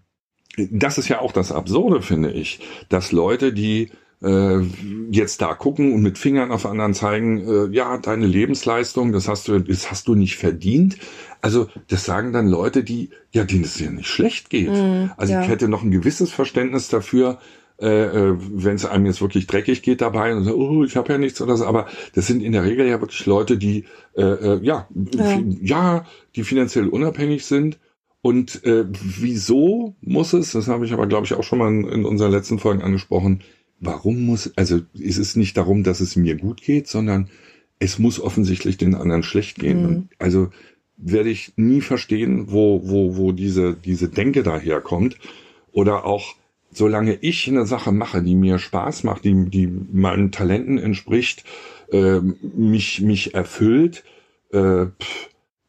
das ist ja auch das Absurde, finde ich, dass Leute, die äh, jetzt da gucken und mit Fingern auf anderen zeigen, äh, ja, deine Lebensleistung, das hast du, das hast du nicht verdient. Also das sagen dann Leute, die, ja, denen es ja nicht schlecht geht. Mm, also ja. ich hätte noch ein gewisses Verständnis dafür, äh, wenn es einem jetzt wirklich dreckig geht dabei und so, oh, ich habe ja nichts oder so. Aber das sind in der Regel ja wirklich Leute, die, äh, äh, ja, ja, ja, die finanziell unabhängig sind. Und äh, wieso muss es, das habe ich aber, glaube ich, auch schon mal in, in unseren letzten Folgen angesprochen, warum muss, also ist es nicht darum, dass es mir gut geht, sondern es muss offensichtlich den anderen schlecht gehen. Mhm. Also werde ich nie verstehen, wo, wo, wo diese, diese Denke daherkommt. Oder auch, solange ich eine Sache mache, die mir Spaß macht, die, die meinen Talenten entspricht, äh, mich, mich erfüllt, äh, pff,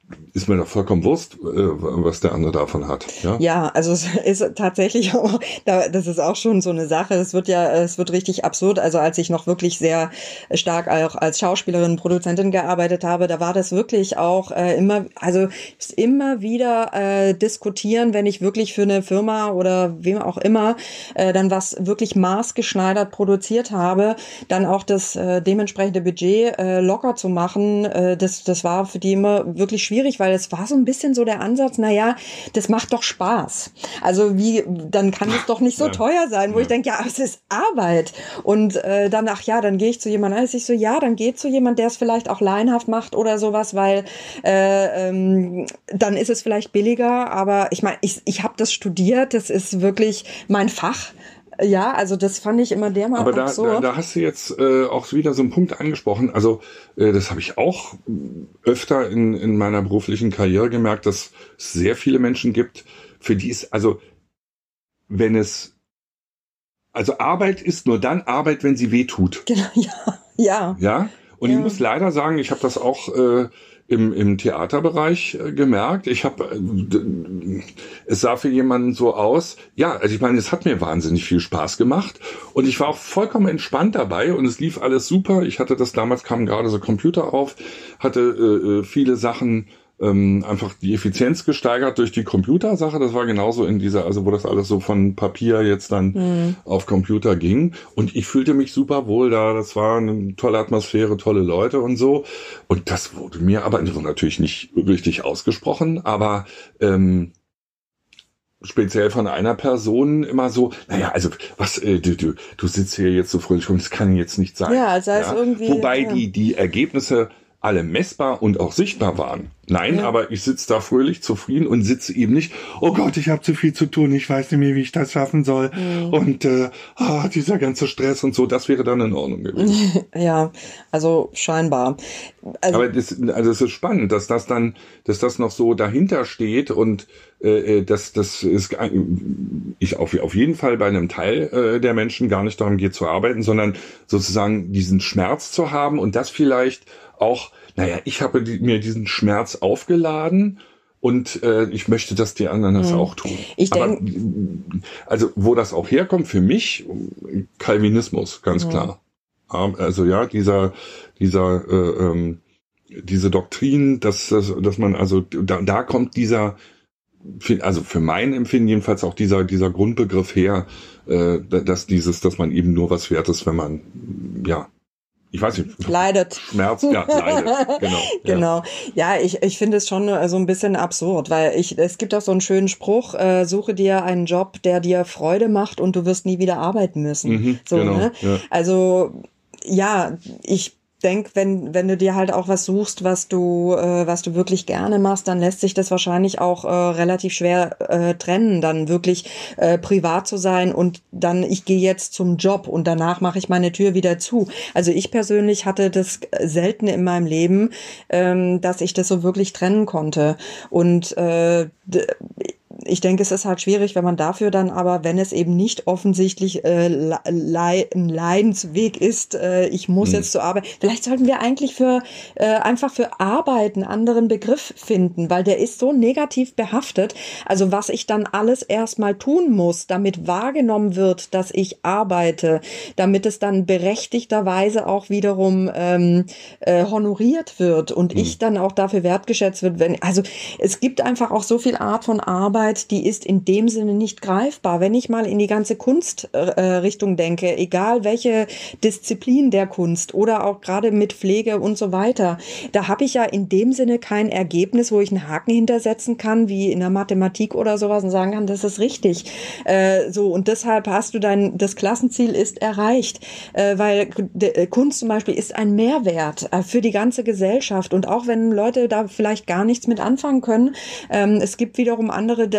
ist mir doch vollkommen Wurst, was der andere davon hat. Ja, ja, also es ist tatsächlich auch, das ist auch schon so eine Sache. Es wird ja, es wird richtig absurd. Also als ich noch wirklich sehr stark auch als Schauspielerin, Produzentin gearbeitet habe, da war das wirklich auch äh, immer, also immer wieder äh, diskutieren, wenn ich wirklich für eine Firma oder wem auch immer äh, dann was wirklich maßgeschneidert produziert habe, dann auch das äh, dementsprechende Budget äh, locker zu machen. Äh, das, das war für die immer wirklich schwierig, weil es war so ein bisschen so der Ansatz, na ja, das macht doch Spaß. Also wie, dann kann es doch nicht so ja. teuer sein, wo ja. ich denke, ja, es ist Arbeit. Und äh, dann, ach ja, dann gehe ich zu jemandem, als ich so, ja, dann geh zu jemandem, der es vielleicht auch laienhaft macht oder sowas, weil äh, ähm, dann ist es vielleicht billiger, aber ich meine, ich, ich habe das studiert, das ist wirklich mein Fach. Ja, also das fand ich immer dermaßen Aber da, absurd. da, da hast du jetzt äh, auch wieder so einen Punkt angesprochen. Also äh, das habe ich auch öfter in, in meiner beruflichen Karriere gemerkt, dass es sehr viele Menschen gibt, für die es, also wenn es, also Arbeit ist nur dann Arbeit, wenn sie weh tut. Genau, ja, ja. Ja, und ja. ich muss leider sagen, ich habe das auch äh, im, im Theaterbereich äh, gemerkt. Ich habe, äh, es sah für jemanden so aus, ja, also ich meine, es hat mir wahnsinnig viel Spaß gemacht und ich war auch vollkommen entspannt dabei und es lief alles super. Ich hatte das, damals kamen gerade so Computer auf, hatte äh, viele Sachen, ähm, einfach die Effizienz gesteigert durch die Computersache. Das war genauso in dieser, also wo das alles so von Papier jetzt dann mhm. auf Computer ging. Und ich fühlte mich super wohl da. Das war eine tolle Atmosphäre, tolle Leute und so. Und das wurde mir aber natürlich nicht richtig ausgesprochen, aber ähm, speziell von einer Person immer so, naja, also was, äh, du, du, du sitzt hier jetzt so fröhlich rum, das kann jetzt nicht sein. Ja, also ja? irgendwie. Wobei ja. die, die Ergebnisse alle messbar und auch sichtbar waren. Nein, ja. aber ich sitze da fröhlich, zufrieden und sitze eben nicht, oh Gott, ich habe zu viel zu tun, ich weiß nicht mehr, wie ich das schaffen soll. Mhm. Und äh, oh, dieser ganze Stress und so, das wäre dann in Ordnung gewesen. Ja, also scheinbar. Also, aber das, also es ist spannend, dass das dann, dass das noch so dahinter steht und äh, dass das ist ich auf, auf jeden Fall bei einem Teil äh, der Menschen gar nicht darum geht zu arbeiten, sondern sozusagen diesen Schmerz zu haben und das vielleicht auch, naja, ich habe die, mir diesen Schmerz aufgeladen und äh, ich möchte, dass die anderen das hm. auch tun. Ich denk, Aber also wo das auch herkommt, für mich Calvinismus, ganz ja. klar. Also ja, dieser dieser äh, ähm, diese Doktrin, dass, dass dass man also da, da kommt dieser, also für mein Empfinden jedenfalls auch dieser dieser Grundbegriff her, äh, dass dieses, dass man eben nur was wert ist, wenn man ja ich weiß nicht. Leidet. Schmerz, ja, leidet. Genau. Genau. Ja, ja ich, ich finde es schon so ein bisschen absurd, weil ich, es gibt auch so einen schönen Spruch, äh, suche dir einen Job, der dir Freude macht und du wirst nie wieder arbeiten müssen. Mhm, so, genau, ne? Ja. Also, ja, ich denk, wenn wenn du dir halt auch was suchst, was du äh, was du wirklich gerne machst, dann lässt sich das wahrscheinlich auch äh, relativ schwer äh, trennen, dann wirklich äh, privat zu sein und dann ich gehe jetzt zum Job und danach mache ich meine Tür wieder zu. Also ich persönlich hatte das selten in meinem Leben, ähm, dass ich das so wirklich trennen konnte und äh, d- ich denke, es ist halt schwierig, wenn man dafür dann aber, wenn es eben nicht offensichtlich äh, le- ein Leidensweg ist, äh, ich muss mhm. jetzt zur Arbeit, vielleicht sollten wir eigentlich für äh, einfach für Arbeit einen anderen Begriff finden, weil der ist so negativ behaftet. Also was ich dann alles erstmal tun muss, damit wahrgenommen wird, dass ich arbeite, damit es dann berechtigterweise auch wiederum ähm, äh, honoriert wird und mhm. ich dann auch dafür wertgeschätzt wird. Wenn, also es gibt einfach auch so viel Art von Arbeit, die ist in dem Sinne nicht greifbar. Wenn ich mal in die ganze Kunstrichtung äh, denke, egal welche Disziplin der Kunst oder auch gerade mit Pflege und so weiter, da habe ich ja in dem Sinne kein Ergebnis, wo ich einen Haken hintersetzen kann, wie in der Mathematik oder sowas und sagen kann, das ist richtig. Äh, so und deshalb hast du dein, das Klassenziel ist erreicht, äh, weil de, Kunst zum Beispiel ist ein Mehrwert äh, für die ganze Gesellschaft und auch wenn Leute da vielleicht gar nichts mit anfangen können, ähm, es gibt wiederum andere, da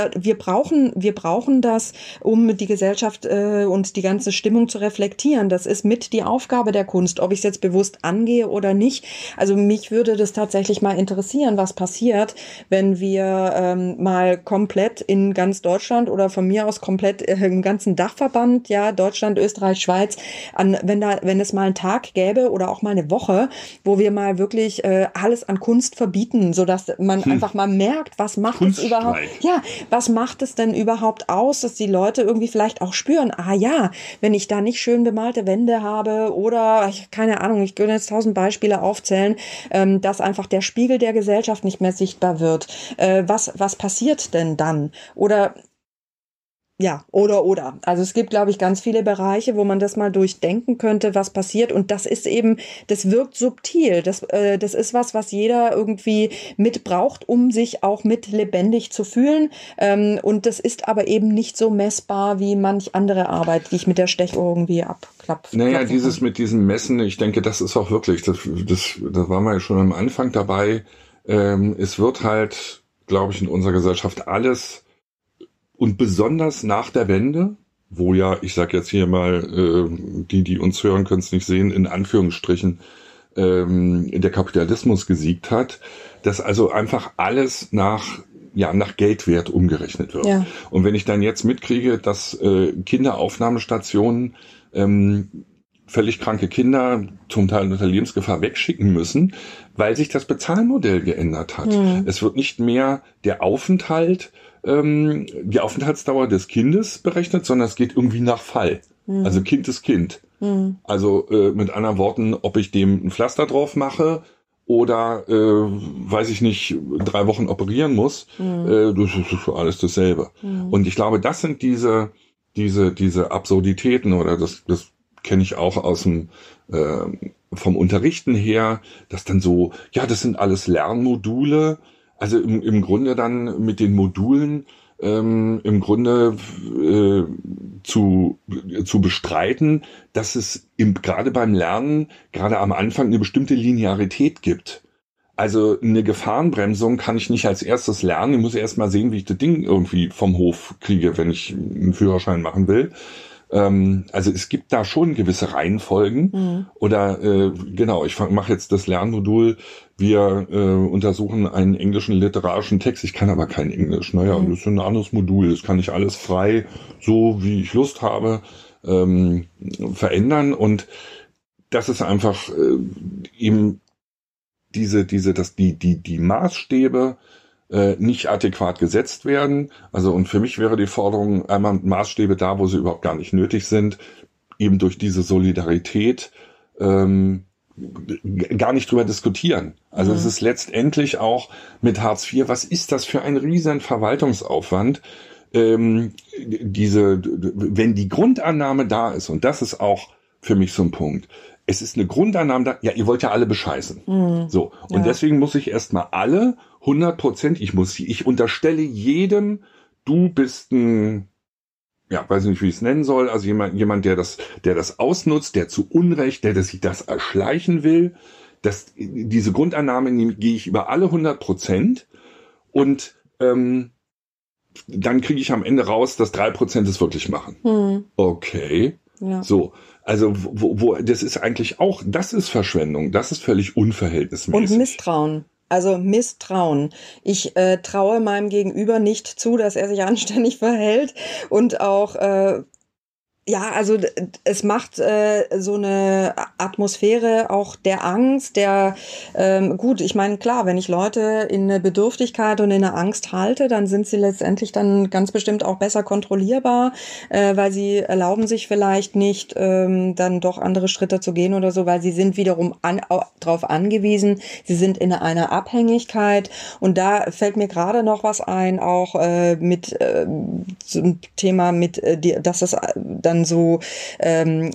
wir, wir brauchen, wir brauchen das, um die Gesellschaft äh, und die ganze Stimmung zu reflektieren. Das ist mit die Aufgabe der Kunst, ob ich es jetzt bewusst angehe oder nicht. Also mich würde das tatsächlich mal interessieren, was passiert, wenn wir ähm, mal komplett in ganz Deutschland oder von mir aus komplett äh, im ganzen Dachverband, ja, Deutschland, Österreich, Schweiz, an, wenn da, wenn es mal einen Tag gäbe oder auch mal eine Woche, wo wir mal wirklich äh, alles an Kunst verbieten, sodass man hm. einfach mal merkt, was macht es überhaupt, ja, was macht es denn überhaupt aus, dass die Leute irgendwie vielleicht auch spüren, ah ja, wenn ich da nicht schön bemalte Wände habe oder, ich, keine Ahnung, ich könnte jetzt tausend Beispiele aufzählen, ähm, dass einfach der Spiegel der Gesellschaft nicht mehr sichtbar wird. Äh, was, was passiert denn dann? Oder Ja, oder, oder. Also es gibt, glaube ich, ganz viele Bereiche, wo man das mal durchdenken könnte, was passiert. Und das ist eben, das wirkt subtil. Das, äh, das ist was, was jeder irgendwie mit braucht, um sich auch mit lebendig zu fühlen. Ähm, und das ist aber eben nicht so messbar wie manch andere Arbeit, die ich mit der Stechuhr irgendwie abklapfe. Naja, dieses kann. Mit diesem Messen, ich denke, das ist auch wirklich, das, das, das waren wir ja schon am Anfang dabei. Ähm, es wird halt, glaube ich, in unserer Gesellschaft alles. Und besonders nach der Wende, wo ja, ich sag jetzt hier mal, äh, die, die uns hören, können es nicht sehen, in Anführungsstrichen, ähm, der Kapitalismus gesiegt hat, dass also einfach alles nach, ja, nach Geldwert umgerechnet wird. Ja. Und wenn ich dann jetzt mitkriege, dass äh, Kinderaufnahmestationen ähm, völlig kranke Kinder zum Teil unter Lebensgefahr wegschicken müssen, weil sich das Bezahlmodell geändert hat. Mhm. Es wird nicht mehr der Aufenthalt die Aufenthaltsdauer des Kindes berechnet, sondern es geht irgendwie nach Fall. Mhm. Also Kind ist Kind. Mhm. Also äh, mit anderen Worten, ob ich dem ein Pflaster drauf mache oder, äh, weiß ich nicht, drei Wochen operieren muss, mhm. äh, das ist alles dasselbe. Mhm. Und ich glaube, das sind diese diese diese Absurditäten, oder das das kenne ich auch aus dem äh, vom Unterrichten her, dass dann so, ja, das sind alles Lernmodule. Also im, im Grunde dann mit den Modulen ähm, im Grunde äh, zu zu bestreiten, dass es im, gerade beim Lernen, gerade am Anfang, eine bestimmte Linearität gibt. Also eine Gefahrenbremsung kann ich nicht als erstes lernen. Ich muss erst mal sehen, wie ich das Ding irgendwie vom Hof kriege, wenn ich einen Führerschein machen will. Ähm, also es gibt da schon gewisse Reihenfolgen. Mhm. Oder äh, genau, ich mache jetzt das Lernmodul. Wir äh, untersuchen einen englischen literarischen Text. Ich kann aber kein Englisch. Naja, mhm. das ist ein anderes Modul. Das kann ich alles frei, so wie ich Lust habe, ähm, verändern. Und das ist einfach äh, eben diese, diese, dass die, die, die Maßstäbe äh, nicht adäquat gesetzt werden. Also, und für mich wäre die Forderung, einmal Maßstäbe da, wo sie überhaupt gar nicht nötig sind, eben durch diese Solidarität ähm, gar nicht drüber diskutieren. Also, mhm. es ist letztendlich auch mit Hartz vier, was ist das für ein riesen Verwaltungsaufwand? Ähm, diese, wenn die Grundannahme da ist, und das ist auch für mich so ein Punkt, es ist eine Grundannahme da, ja, ihr wollt ja alle bescheißen. Mhm. So. Und ja. deswegen muss ich erstmal alle hundert Prozent, ich muss, ich unterstelle jedem, du bist ein, ja, weiß nicht, wie ich es nennen soll, also jemand, jemand, der das, der das ausnutzt, der zu Unrecht, der, der sich das erschleichen will, dass diese Grundannahme gehe ich über alle hundert Prozent und, ähm, dann kriege ich am Ende raus, dass drei Prozent es wirklich machen. Mhm. Okay. Ja. So. Also, wo, wo, das ist eigentlich auch, das ist Verschwendung, das ist völlig unverhältnismäßig. Und Misstrauen. Also Misstrauen. Ich äh, traue meinem Gegenüber nicht zu, dass er sich anständig verhält und auch, äh, ja, also es macht äh, so eine Atmosphäre auch der Angst, der, ähm, gut, ich meine, klar, wenn ich Leute in eine Bedürftigkeit und in eine Angst halte, dann sind sie letztendlich dann ganz bestimmt auch besser kontrollierbar, äh, weil sie erlauben sich vielleicht nicht, ähm, dann doch andere Schritte zu gehen oder so, weil sie sind wiederum an, darauf angewiesen, sie sind in einer Abhängigkeit. Und da fällt mir gerade noch was ein, auch äh, mit äh, zum Thema mit, äh, die, dass es dann dann so ähm,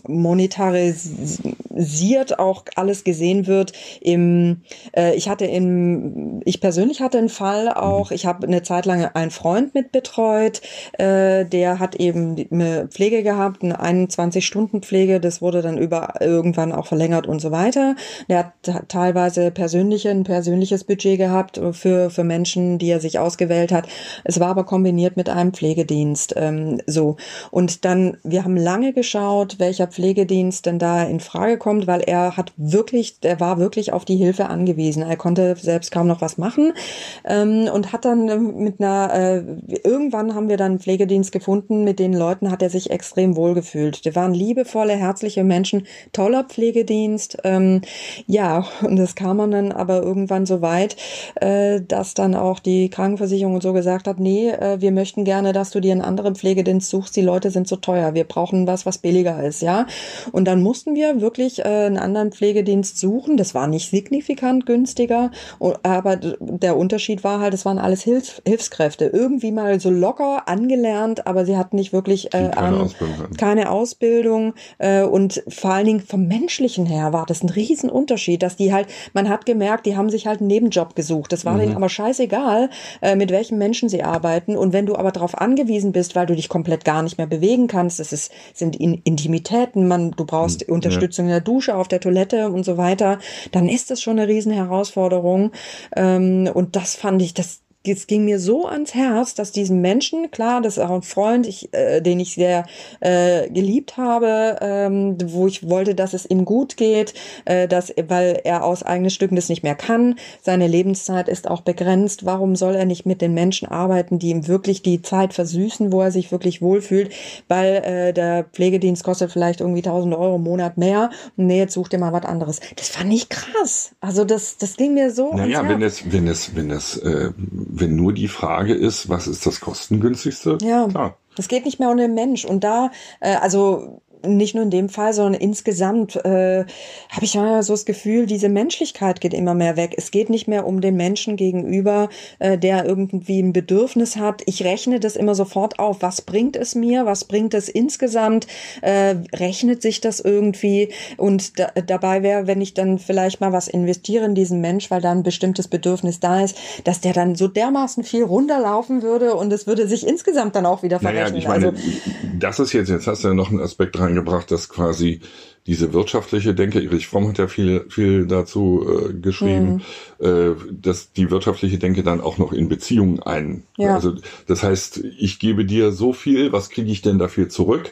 monetarisiert auch alles gesehen wird. Im, äh, ich hatte im, ich persönlich hatte einen Fall auch, ich habe eine Zeit lang einen Freund mit betreut, äh, der hat eben eine Pflege gehabt, eine einundzwanzig-Stunden-Pflege, das wurde dann über irgendwann auch verlängert und so weiter. Der hat t- teilweise persönliche, ein persönliches Budget gehabt für, für Menschen, die er sich ausgewählt hat. Es war aber kombiniert mit einem Pflegedienst, ähm, so. Und dann, wir haben lange geschaut, welcher Pflegedienst denn da in Frage kommt, weil er hat wirklich, er war wirklich auf die Hilfe angewiesen. Er konnte selbst kaum noch was machen, ähm, und hat dann mit einer, äh, irgendwann haben wir dann einen Pflegedienst gefunden, mit den Leuten hat er sich extrem wohl gefühlt. Die waren liebevolle, herzliche Menschen, toller Pflegedienst, ähm, ja, und das kam dann aber irgendwann so weit, äh, dass dann auch die Krankenversicherung und so gesagt hat, nee, äh, wir möchten gerne, dass du dir einen anderen Pflegedienst suchst, die Leute sind so teuer, wir brauchen was, was billiger ist, ja. Und dann mussten wir wirklich äh, einen anderen Pflegedienst suchen, das war nicht signifikant günstiger, aber der Unterschied war halt, es waren alles Hilfs- Hilfskräfte, irgendwie mal so locker angelernt, aber sie hatten nicht wirklich äh, keine, an, Ausbildung. keine Ausbildung, äh, und vor allen Dingen vom Menschlichen her war das ein Riesenunterschied, dass die halt, man hat gemerkt, die haben sich halt einen Nebenjob gesucht, das war mhm. denen aber scheißegal, äh, mit welchen Menschen sie arbeiten, und wenn du aber darauf angewiesen bist, weil du dich komplett gar nicht mehr bewegen kannst, das ist, sind in Intimitäten, man, du brauchst mhm. Unterstützung ja. in der Dusche, auf der Toilette und so weiter, dann ist das schon eine riesen Herausforderung, ähm, und das fand ich, das es ging mir so ans Herz, dass diesen Menschen, klar, das ist auch ein Freund, ich, äh, den ich sehr äh, geliebt habe, ähm, wo ich wollte, dass es ihm gut geht, äh, dass, weil er aus eigenen Stücken das nicht mehr kann. Seine Lebenszeit ist auch begrenzt. Warum soll er nicht mit den Menschen arbeiten, die ihm wirklich die Zeit versüßen, wo er sich wirklich wohlfühlt? Weil äh, der Pflegedienst kostet vielleicht irgendwie tausend Euro im Monat mehr. Und nee, jetzt such dir mal was anderes. Das fand ich krass. Also das, das ging mir so naja, ans Herz. wenn es, wenn es, wenn es, äh, wenn nur die Frage ist, was ist das kostengünstigste? Ja, klar. Es geht nicht mehr um den Mensch. Und da, äh, also nicht nur in dem Fall, sondern insgesamt äh, habe ich ja so das Gefühl, diese Menschlichkeit geht immer mehr weg. Es geht nicht mehr um den Menschen gegenüber, äh, der irgendwie ein Bedürfnis hat. Ich rechne das immer sofort auf. Was bringt es mir? Was bringt es insgesamt? Äh, rechnet sich das irgendwie? Und da, dabei wäre, wenn ich dann vielleicht mal was investiere in diesen Mensch, weil da ein bestimmtes Bedürfnis da ist, dass der dann so dermaßen viel runterlaufen würde und es würde sich insgesamt dann auch wieder verrechnen. Naja, ich meine, also, das ist jetzt, jetzt hast du ja noch einen Aspekt dran gebracht, dass quasi diese wirtschaftliche Denke, Erich Fromm hat ja viel viel dazu äh, geschrieben, mhm. äh, dass die wirtschaftliche Denke dann auch noch in Beziehungen ein. Ja. Also das heißt, ich gebe dir so viel, was kriege ich denn dafür zurück?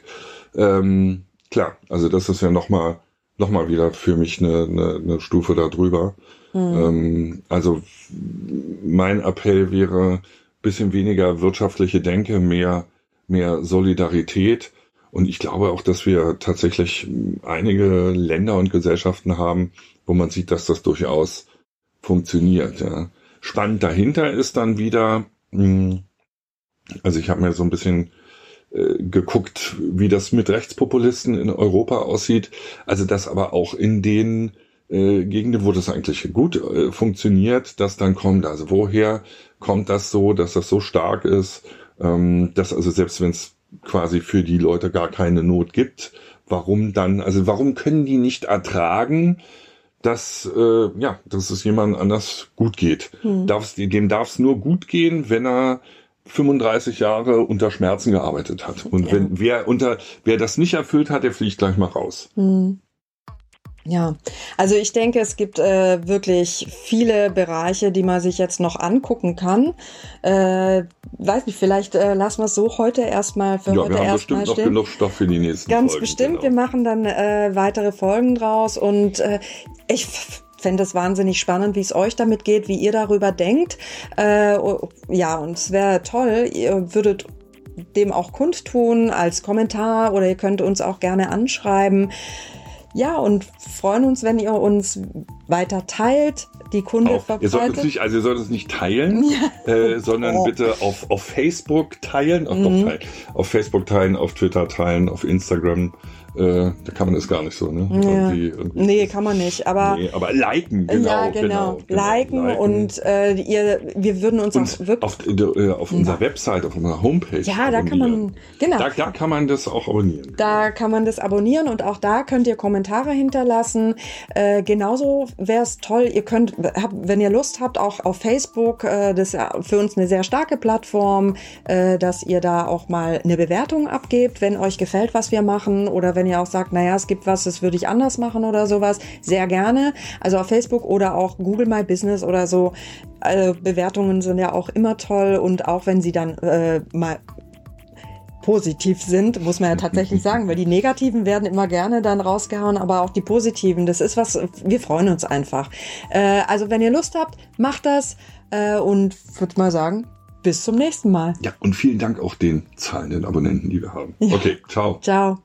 Ähm, klar, also das ist ja nochmal noch mal wieder für mich eine, eine, eine Stufe da drüber. Mhm. Ähm, also mein Appell wäre, bisschen weniger wirtschaftliche Denke, mehr mehr Solidarität. Und ich glaube auch, dass wir tatsächlich einige Länder und Gesellschaften haben, wo man sieht, dass das durchaus funktioniert. Ja. Spannend dahinter ist dann wieder, also ich habe mir so ein bisschen äh, geguckt, wie das mit Rechtspopulisten in Europa aussieht. Also das aber auch in den äh, Gegenden, wo das eigentlich gut äh, funktioniert, dass dann kommt, also woher kommt das so, dass das so stark ist, ähm, dass also selbst wenn es quasi für die Leute gar keine Not gibt. Warum dann, also warum können die nicht ertragen, dass, äh, ja, dass es jemand anders gut geht? Hm. Darf's, dem darf es nur gut gehen, wenn er fünfunddreißig Jahre unter Schmerzen gearbeitet hat. Und ja. wenn wer unter wer das nicht erfüllt hat, der fliegt gleich mal raus. Hm. Ja, also ich denke, es gibt äh, wirklich viele Bereiche, die man sich jetzt noch angucken kann. Äh, weiß nicht, vielleicht äh, lassen wir es so heute erstmal für ja, heute erstmal stehen. Ja, wir haben bestimmt noch genug Stoff für die nächsten Ganz Folgen. bestimmt, genau. Wir machen dann äh, weitere Folgen draus und äh, ich fände es wahnsinnig spannend, wie es euch damit geht, wie ihr darüber denkt. Äh, ja, und es wäre toll, ihr würdet dem auch kundtun als Kommentar oder ihr könnt uns auch gerne anschreiben. Ja, und freuen uns, wenn ihr uns weiter teilt, die Kunde auf, verbreitet. Ihr sollt uns nicht, also ihr sollt es nicht teilen, ja. äh, sondern oh. bitte auf, auf Facebook teilen, auf, mhm. teilen, auf Facebook teilen, auf Twitter teilen, auf Instagram Äh, da kann man das gar nicht so, ne? Ja. Irgendwie, irgendwie nee, kann man nicht. Aber, nee, aber liken, genau. Ja, genau. genau, genau liken, liken und äh, ihr, wir würden uns und auch wirklich... Auf, äh, auf unserer Website, auf unserer Homepage Ja, da kann man... Genau. Da, da kann man das auch abonnieren. Da kann man das abonnieren und auch da könnt ihr Kommentare hinterlassen. Äh, genauso wäre es toll, ihr könnt, hab, wenn ihr Lust habt, auch auf Facebook, äh, das ist ja für uns eine sehr starke Plattform, äh, dass ihr da auch mal eine Bewertung abgebt, wenn euch gefällt, was wir machen oder wenn ihr auch sagt, naja, es gibt was, das würde ich anders machen oder sowas, sehr gerne. Also auf Facebook oder auch Google My Business oder so. Also Bewertungen sind ja auch immer toll und auch wenn sie dann äh, mal positiv sind, muss man ja tatsächlich sagen, weil die negativen werden immer gerne dann rausgehauen, aber auch die positiven, das ist was, wir freuen uns einfach. Äh, also wenn ihr Lust habt, macht das äh, und würde mal sagen, bis zum nächsten Mal. Ja, und vielen Dank auch den zahlenden Abonnenten, die wir haben. Ja. Okay, ciao. Ciao.